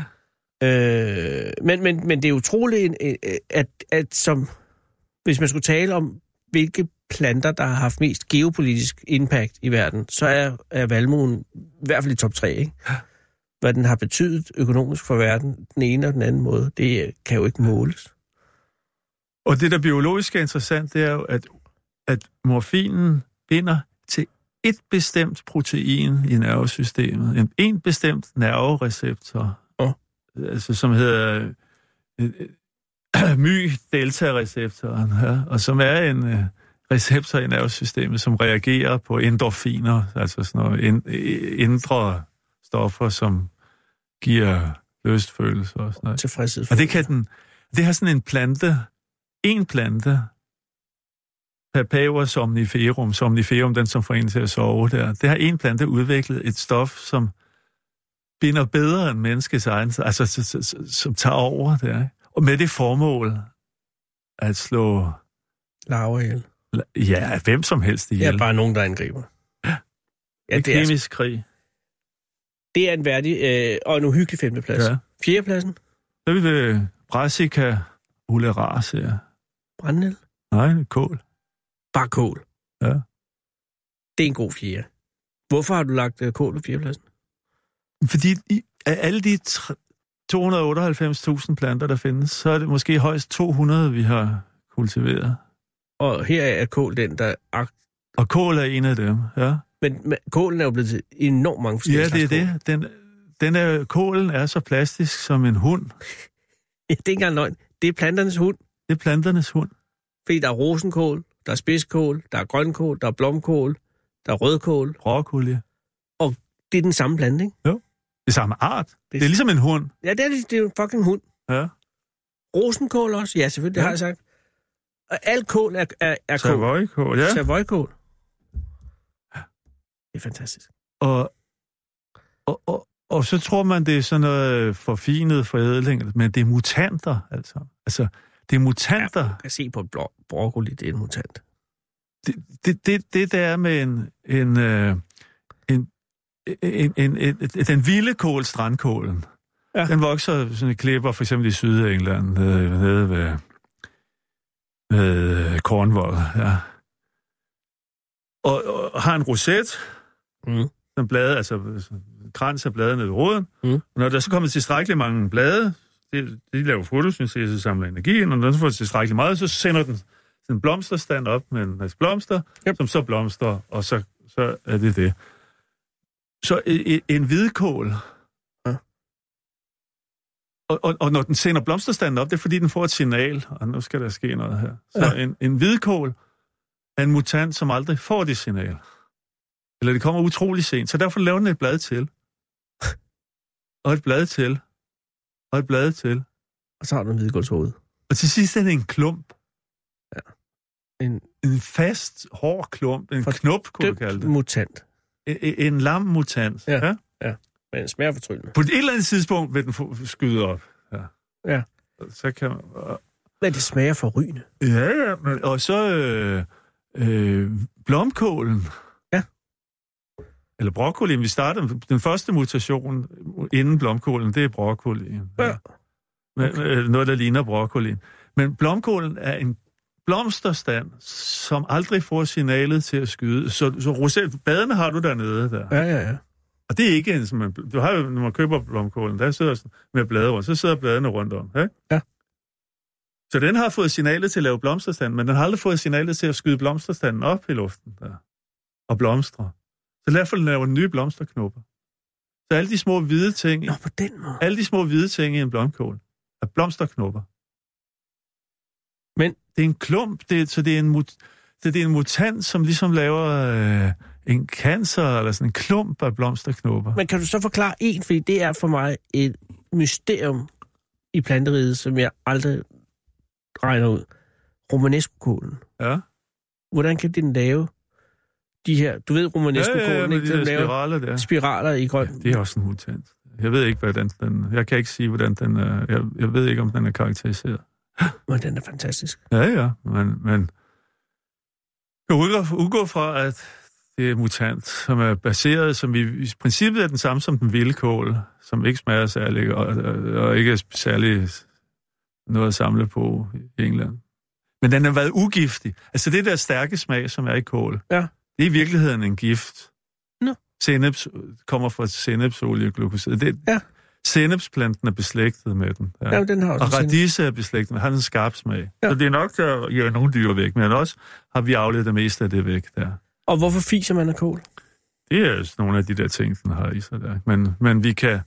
Men det er utroligt, at som, hvis man skulle tale om, hvilke planter, der har haft mest geopolitisk impact i verden, så er valmuen i hvert fald i top 3, ikke? Hvad den har betydet økonomisk for verden, den ene og den anden måde, det kan jo ikke måles. Og det, der biologisk er interessant, det er jo, at morfinen binder til et bestemt protein i nervesystemet. En bestemt nervereceptor, altså, som hedder my-delta-receptoren, og som er en receptor i nervesystemet, som reagerer på endorfiner, altså sådan noget indre stoffer, som giver lystfølelse og sådan noget. Tilfredshedsfølelse. Og det har sådan en plante, Papaver somniferum, den som får en til at sove der, det har en plante udviklet et stof, som binder bedre end menneskets egen, altså som tager over der, og med det formål at slå larver ihjel. Ja, hvem som helst ihjel. Ja, bare nogen, der angriber. Ja, det er kemisk krig. Det er en værdig og en uhyggelig 5. plads. Ja. 4. pladsen? Så er vi ved Brassica oleracea. Brændel? Nej, kål. Bare kål? Ja. Det er en god 4. Hvorfor har du lagt kål på 4. pladsen? Fordi af alle de 298.000 planter, der findes, så er det måske højst 200, vi har kultiveret. Og her er kål den, der... Og kål er en af dem, ja. Men kålen er jo blevet til enormt mange forskellige slags kål. Kålen er så plastisk som en hund. Ja, det er ikke engang løgn. Det er planternes hund. Det er planternes hund. Fordi der er rosenkål, der er spidskål, der er grønkål, der er blomkål, der er rødkål. Råkål, ja. Og det er den samme plante, ikke? Jo. Det er samme art. Det er ligesom en hund. Ja, det er jo en fucking hund. Ja. Rosenkål også? Ja, selvfølgelig, det har jeg sagt. Og alt kål er kål. Savoykål, ja. Savoykål. Det er fantastisk. Og så tror man, det er sådan noget forfinet forædling, men det er mutanter, altså. Altså, det er mutanter. Ja, jeg kan se på et broccoli, det er en mutant. Det der er med den vilde kål, strandkålen. Ja. Den vokser sådan et klipper, for eksempel i Sydengland, nede ved Cornwall, ja. Og har en roset, som blade, altså krans af bladene ved roden. Og når der så kommer tilstrækkeligt mange blade, de laver fotosyntese, samler energi, og når den så får tilstrækkeligt meget, så sender den en blomsterstand op med en masse blomster, som så blomster, og så er det. Så en hvidkål, og når den sender blomsterstanden op, det er fordi, den får et signal, og nu skal der ske noget her. Så en hvidkål af en mutant, som aldrig får det signal. Eller det kommer utrolig sent. Så derfor laver den et blad til. Og et blad til. Og et blad til. Og så har du en hvidgårdshoved. Og til sidst er det en klump. Ja. En fast, hård klump. En knop, kunne du kalde det. Mutant. En lam mutant. Ja. Men smager fortryllende. På et eller andet tidspunkt vil den skyde op. Ja. Så kan man... Men det smager forrygende. Ja. Og så blomkålen. Ja. Eller broccolien. Vi starter den første mutation inden blomkålen, det er broccolien. Ja. Okay. Noget, der ligner broccolien. Men blomkålen er en blomsterstand, som aldrig får signalet til at skyde. Så bladene har du dernede der. Ja. Og det er ikke en, som man... Du har jo, når man køber blomkålen, der sidder sådan med blade rundt, så sidder bladene rundt om. Ikke? Ja. Så den har fået signalet til at lave blomsterstand, men den har aldrig fået signalet til at skyde blomsterstanden op i luften der. Og blomstre. Så derfor laver den nye blomsterknopper. Så alle de små hvide ting... Nå, på den måde. Alle de små hvide ting i en blomkål er blomsterknopper. Men det er en klump, så det er en mutant, som ligesom laver en cancer, eller sådan en klump af blomsterknopper. Men kan du så forklare en, fordi det er for mig et mysterium i planteriget, som jeg aldrig regner ud. Romanesco-kålen. Ja. Hvordan kan den lave de her, du ved romanesco-kålen, ikke? De spiraler der. Spiraler i grøn. Ja, det er også en mutant. Jeg ved ikke, hvordan den... Jeg kan ikke sige, hvordan den er... Jeg ved ikke, om den er karakteriseret. Men den er fantastisk. Ja, men jeg udgår fra, at det er mutant, som er baseret, som i princippet er den samme som den vilde kål, som ikke smager særlig, og ikke er særlig noget at samle på i England. Men den har været ugiftig. Altså det der stærke smag, som er i kål, ja. Det er i virkeligheden en gift. Nå. Senneps kommer fra sennepsolieglukoside. Ja. Sennepsplanten er beslægtet med den. Ja. Ja, den har også og radise er beslægtet med. Har en skarp smag. Ja. Så det er nok til at gøre nogle dyr væk, men også har vi afledt det meste af det væk der. Og hvorfor fiser man af kål? Det er nogle af de der ting, den har i sig der. Men vi kan...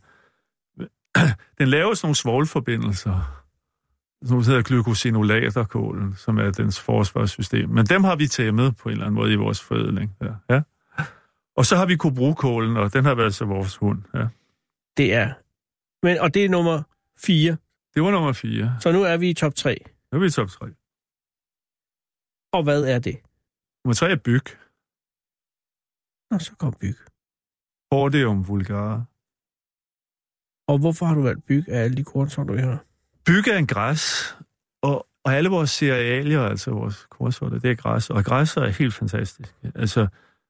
Den laver sådan nogle svovlforbindelser, som hedder glykosinolaterkålen, som er dens forsvarssystem. Men dem har vi tæmmet på en eller anden måde i vores forædling. Ja. Og så har vi kobrukålen, og den har været så vores hund. Ja. Det er... og det er nummer 4. Det var nummer 4. Så nu er vi i top 3. Nu er vi i top 3. Og hvad er det? Nummer 3 er byg. Nå, så kom byg. Hordeum vulgare. Og hvorfor har du valgt byg af alle de kornsorter, vi har? Byg er en græs, og alle vores cerealier, altså vores kornsorter, det er græs. Og græsser er helt fantastisk. Altså,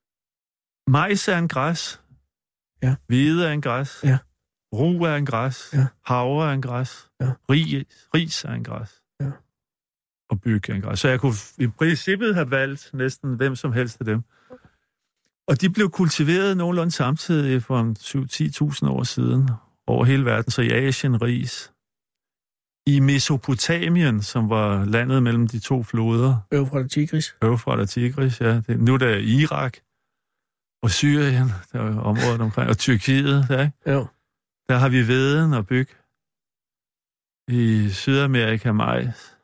majs er en græs. Ja. Hvide er en græs. Ja. Ru er en græs. Ja. Havre er en græs. Ja. Ris er en græs. Ja. Og byg er en græs. Så jeg kunne i princippet have valgt næsten hvem som helst af dem. Og de blev kultiveret nogenlunde samtidig for 7-10.000 år siden over hele verden. Så i Asien ris. I Mesopotamien, som var landet mellem de to floder. Eufrat og Tigris. Eufrat og Tigris, ja. Nu er der Irak og Syrien, der er området omkring, og Tyrkiet, der, ikke? Jo. Der har vi veden og byg. I Sydamerika majs.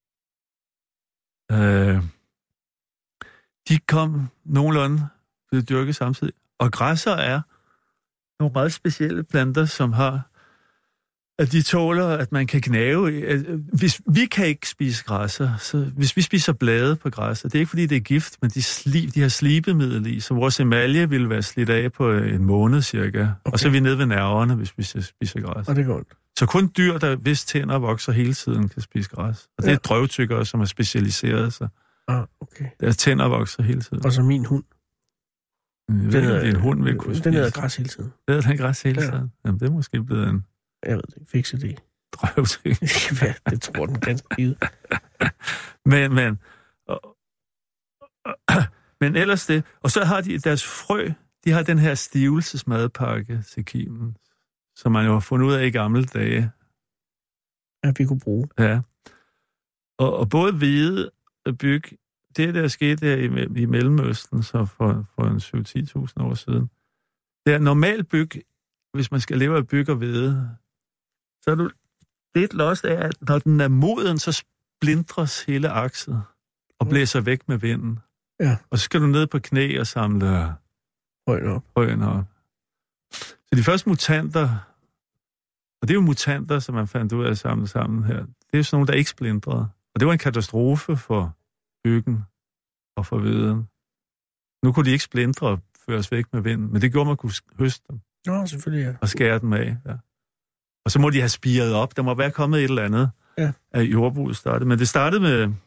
De kom nogenlunde blev dyrket samtidig. Og græsser er nogle meget specielle planter, som har, at de tåler, at man kan gnave. Hvis vi kan ikke spise græsser, så hvis vi spiser blade på græsser, det er ikke fordi det er gift, men de har slibemiddel i, så vores emalje vil være slidt af på en måned cirka. Okay. Og så er vi nede ved nerverne, hvis vi spiser græs. Og det er godt. Så kun dyr, der hvis tænder vokser hele tiden, kan spise græs. Og det er drøvtyggere, som har specialiseret sig. Okay. Der tænder vokser hele tiden. Og så min hund. En hund vil kunne spise. Den hedder græs hele tiden. Det hedder den græs hele tiden? Ja. Jamen, det er måske blevet en... Jeg ved det ikke. Fikse det. Drøvtyg. Det tror den ganske givet. Men ellers det... Og så har de deres frø, de har den her stivelsesmadpakke til kimen, som man jo har fundet ud af i gamle dage. Ja, vi kunne bruge. Ja. Og både hvide og byg, det der skete der i Mellemøsten, så for en 7-10.000 år siden. Det er normalt byg, hvis man skal leve af byg og hvede, så er du lidt lost af, at når den er moden, så splindres hele akset og blæser væk med vinden. Ja. Og så skal du ned på knæ og samle frøen op. Så de første mutanter, og det er jo mutanter, som man fandt ud af at samle sammen her, det er jo sådan nogle, der ikke splindrede. Og det var en katastrofe for byggen og for viden. Nu kunne de ikke splindre og føres væk med vinden, men det gjorde, man kunne høste dem. Nå, selvfølgelig, ja. Og skære dem af, ja. Og så må de have spiret op. Der må være kommet et eller andet af jordbruget startet. Men det startede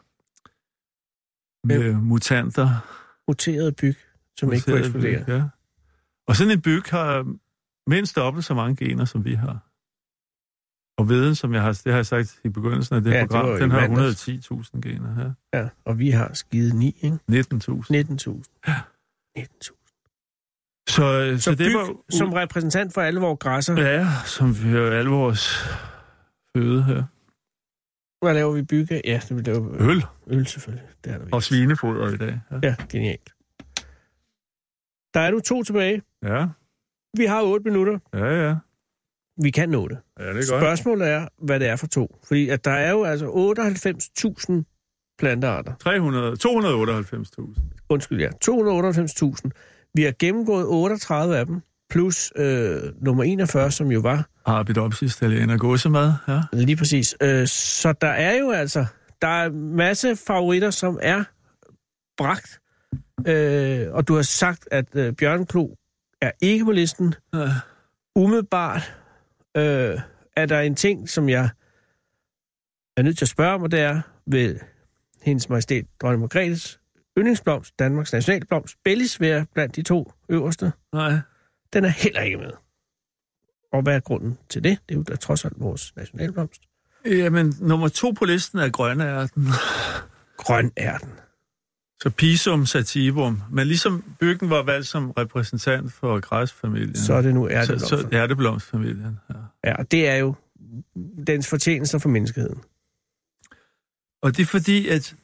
med mutanter. Muterede byg, som ikke kunne eksplodere. Ja. Og sådan en byg har mindst dobbelt så mange gener, som vi har. Og viden, som det har jeg sagt i begyndelsen af det program, den har 110.000 gener her. Ja, og vi har skide 9, ikke? 19.000. 19.000. Ja. 19.000. Så det var som repræsentant for alle vores græsser. Ja, som vi har alle vores føde her. Hvad laver vi bygge? Ja, det laver øl. Øl selvfølgelig. Det er der og svinefoder i dag. Ja, genialt. Der er nu 2 tilbage. Ja. Vi har 8 minutter. Ja. Vi kan nå det. Ja, det er godt. Spørgsmålet er, hvad det er for 2. Fordi at der er jo altså 98.000 plantearter. 298.000. Undskyld, ja. 298.000. Vi har gennemgået 38 af dem, plus nummer 41, som jo var... Arabidopsis, italiener gåsemad, ja. Lige præcis. Så der er jo altså... Der er masse favoritter, som er bragt. Og du har sagt, at bjørneklo er ikke på listen. Ja. Umiddelbart er der en ting, som jeg er nødt til at spørge om, og det er ved hendes majestæt, dronning Margrethes yndlingsblomst, Danmarks nationalblomst, Bellis være blandt de 2 øverste. Nej. Den er heller ikke med. Og hvad er grunden til det? Det er jo da trods alt vores nationalblomst. Jamen, nummer 2 på listen er grønærten. Grønærten. Så Pisum sativum. Men ligesom byggen var valgt som repræsentant for græsfamilien. Så er det nu ærteblomsten. Så ærteblomstfamilien, ja. Ja, det er jo dens fortjenester for menneskeheden. Og det er fordi, at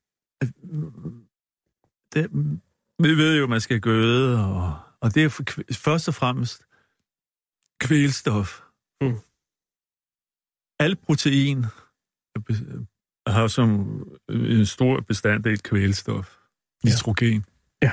vi ved jo, at man skal gøde, og det er først og fremmest kvælstof. Mm. Al protein har som en stor bestanddel kvælstof. Nitrogen. Ja.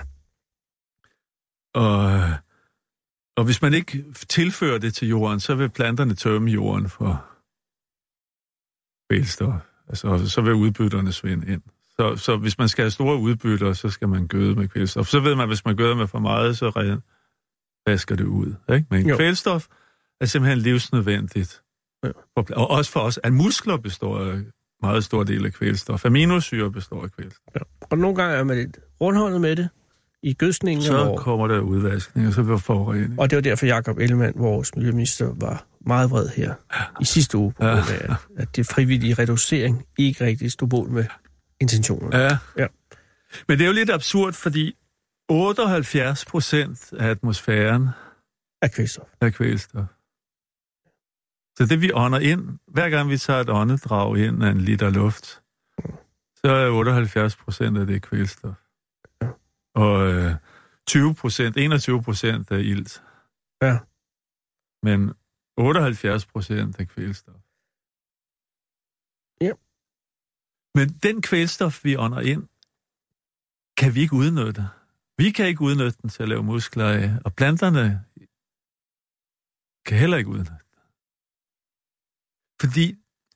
Og hvis man ikke tilfører det til jorden, så vil planterne tømme jorden for kvælstof. Altså, så vil udbytterne svinde ind. Så hvis man skal have store udbytter, så skal man gøde med kvælstof. Så ved man, at hvis man gøder med for meget, så vasker det ud. Ikke? Men kvælstof er simpelthen livsnødvendigt. Ja. Og også for os, at muskler består af meget stor del af kvælstof. Aminosyre består af kvælstof. Ja. Og nogle gange er man lidt rundhåndet med det i gødskningen. Så kommer der udvaskning, og så bliver forurening. Og det var derfor, Jakob Ellemann, vores miljøminister, var meget vred her i sidste uge, på grund af, at det frivillige reducering ikke rigtig stod mål med intentionerne. Ja. Men det er jo lidt absurd, fordi 78% af atmosfæren er kvælstof. Så det, vi ånder ind, hver gang vi tager et åndedrag ind af en liter luft, så er 78% af det kvælstof. Ja. Og 21% er ilt. Ja. Men 78% er kvælstof. Ja. Men den kvælstof, vi ånder ind, kan vi ikke udnytte. Vi kan ikke udnytte den til at lave muskler af, og planterne kan heller ikke udnytte. Fordi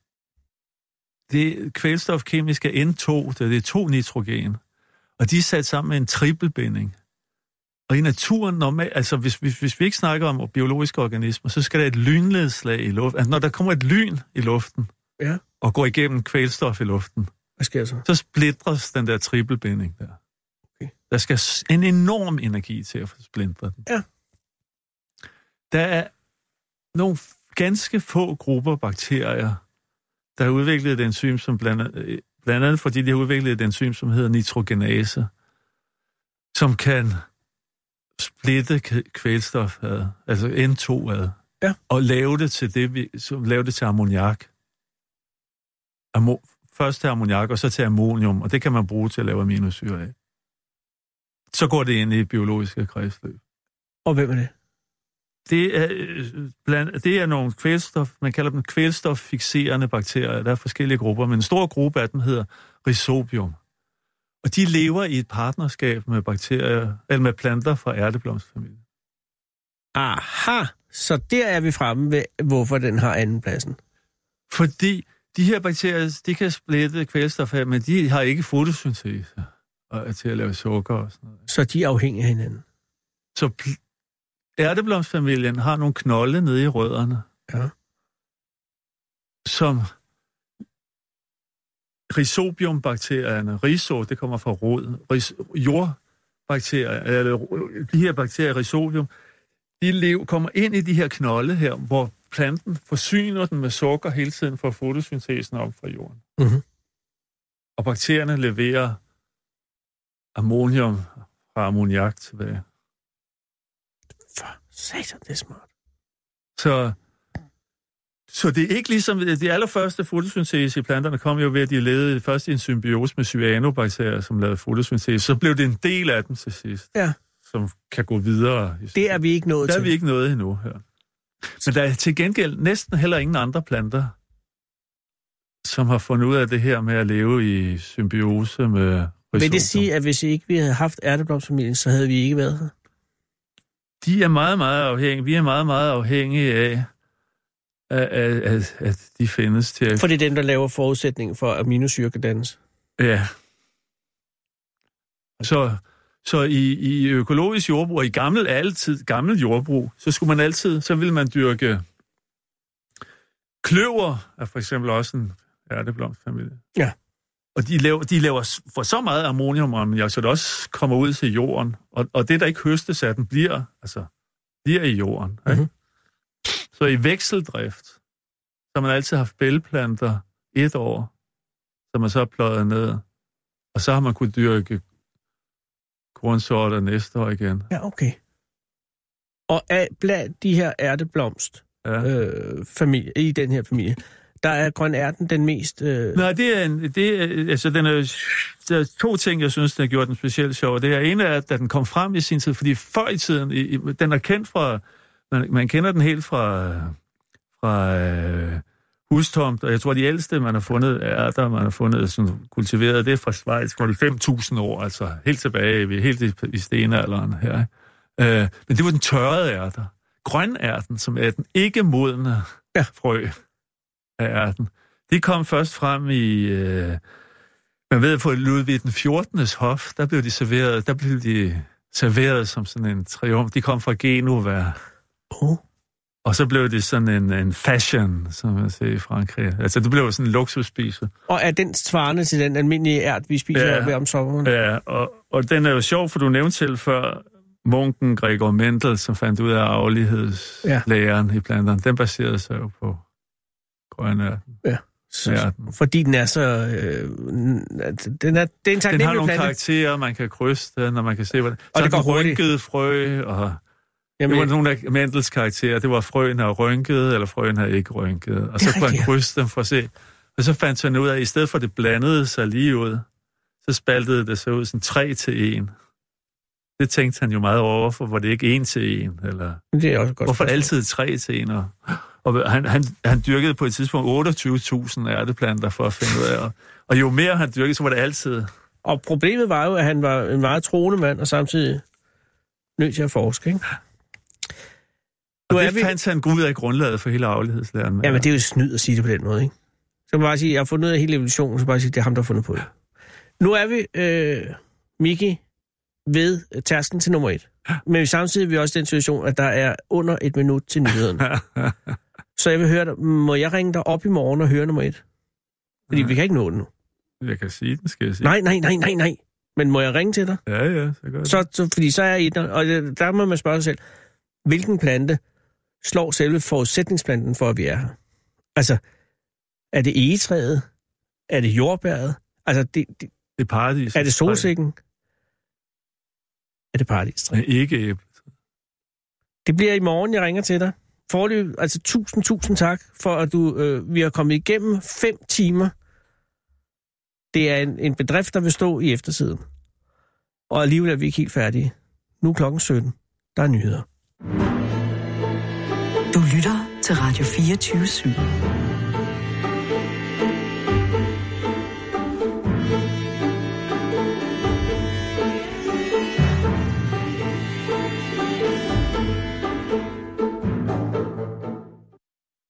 det kvælstof kemisk er N2, det er 2 nitrogen, og de er sat sammen med en trippelbinding. Og i naturen, normalt, altså hvis vi ikke snakker om biologiske organismer, så skal der et lynledslag i luften. Altså når der kommer et lyn i luften, og går igennem kvælstof i luften, hvad sker så? Så splitres den der trippelbinding der. Okay. Der skal en enorm energi til at splindre den. Ja. Der er nogle ganske få grupper bakterier, der har udviklet et enzym, som blandt andet fordi de har udviklet et enzym, som hedder nitrogenase, som kan splitte kvælstof ad, altså N2 ad, og lave det til lave det til ammoniak. Først til ammoniak, og så til ammonium, og det kan man bruge til at lave aminosyre af. Så går det ind i biologiske kredsløb. Og hvem er det? Det er nogle kvælstof, man kalder dem kvælstoffikserende bakterier. Der er forskellige grupper, men en stor gruppe af dem hedder Rhizobium. Og de lever i et partnerskab med bakterier, eller med planter fra ærteblomstfamilien. Aha, så der er vi fremme ved, hvorfor den har andenpladsen. Fordi de her bakterier, de kan splitte kvælstof af, men de har ikke fotosyntese til at lave sukker og sådan noget. Så de er afhængige af hinanden. Så ærteblomstfamilien har nogle knolde nede i rødderne, som rhizobiumbakterierne, rhizo, det kommer fra rod, jordbakterier, eller de her bakterier, rhizobium, de kommer ind i de her knolde her, hvor planten forsyner den med sukker hele tiden for fotosyntesen op fra jorden. Mm-hmm. Og bakterierne leverer ammonium fra ammoniak tilbage. For satan, det er smart. Så det er ikke ligesom, de allerførste fotosyntese i planterne kom jo ved, at de levede først i en symbiose med cyanobakterier, som lavede fotosyntese. Så blev det en del af dem til sidst, som kan gå videre. Det er vi ikke nået til. Der er vi ikke nået endnu her. Men der er til gengæld næsten heller ingen andre planter, som har fundet ud af det her med at leve i symbiose med rhizobium. Vil det sige, at hvis ikke vi havde haft ærteblomstfamilien, så havde vi ikke været her? De er meget, meget afhængige. Vi er meget, meget afhængige af, at de findes til. For det er den, der laver forudsætningen for, at aminosyre kan dannes. Ja. Så i økologisk jordbrug, og i gammel jordbrug, så ville man dyrke kløver, er for eksempel også en ærteblomstfamilie. Ja. Og de laver for så meget ammonium, så det også kommer ud til jorden. Og det, der ikke høstes af den, bliver i jorden. Mm-hmm. Så i vekseldrift, så har man altid haft bælgplanter 1 år, som man så har pløjet ned. Og så har man kunnet dyrke kornsorter næste år igen. Ja, okay. Og blandt de her ærteblomst i den her familie, der er grønærten den mest... Nej, der er 2 ting, jeg synes, der har gjort den specielt sjov. Det ene er, at den kom frem i sin tid, fordi før i tiden, den er kendt fra... Man kender den helt fra hustomt, og jeg tror, de ældste, man har fundet sådan kultiveret, det er fra Schweiz, hvor det 5.000 år, altså helt tilbage, helt i stenalderen her. Men det var den tørrede ærter. Grønærten, som er den ikke modne frø af ærten, de kom først frem i... man ved, på Ludvig den 14. hof, der blev de serveret som sådan en triumf. De kom fra Genova. Og så blev det sådan en fashion, som man siger i Frankrig. Altså, det blev sådan en luksusspise. Og er den svarende til den almindelige ært, vi spiser om sommeren? Ja, og den er jo sjov, for du nævnte selv før, munken Gregor Mendel, som fandt ud af arvelighedslæren i planterne. Den baserede sig jo på grønærten. Ja. Fordi den er så... det er en taknemmelig plante. Den har nogle karakterer, man kan krydse, når man kan se, hvordan... Og det går rynkede frø, og... Jamen, det var nogle af Mendels karakterer. Det var frøen har rynket, eller frøen har ikke rynket. Og så kunne han krydse dem for at se. Og så fandt han ud af, at i stedet for det blandede sig lige ud, så spaltede det sig ud sådan 3-1. Det tænkte han jo meget over, hvorfor var det ikke 1-1? Eller det er også godt. Hvorfor altid 3-1? Og han dyrkede på et tidspunkt 28.000 ærteplanter for at finde ud af. Og jo mere han dyrkede, så var det altid... Og problemet var jo, at han var en meget troende mand, og samtidig nødt til at forske, ikke? Og det fandt han ud af grundlaget for hele arvelighedslæren. Ja, men det er jo snyd at sige det på den måde, ikke? Så kan man bare sige, jeg har fundet ud af hele evolutionen, så bare sige, det er ham, der har fundet på det. Nu er vi, Miki, ved tærsklen til nummer 1. Men samtidig er vi også i den situation, at der er under 1 minut til nyhederne. Så jeg vil høre dig, må jeg ringe dig op i morgen og høre nummer 1? Fordi vi kan ikke nå det nu. Jeg kan sige den, skal jeg sige. Nej. Men må jeg ringe til dig? Ja, så gør det. Fordi så er jeg i den, og der må man spørge sig selv, hvilken plante slår selve forudsætningsplanten for, at vi er her? Altså, er det egetræet? Er det jordbæret? Altså, det er paradis. Er det solsikken? Er det paradistræet? Ikke æblet. Det bliver i morgen, jeg ringer til dig. Foreløbig, altså 1000 tak for, at vi har kommet igennem 5 timer. Det er en bedrift, der vil stå i eftertiden. Og alligevel er vi ikke helt færdige. Nu er klokken 17. Der er nyheder. Du lytter til Radio 24/7.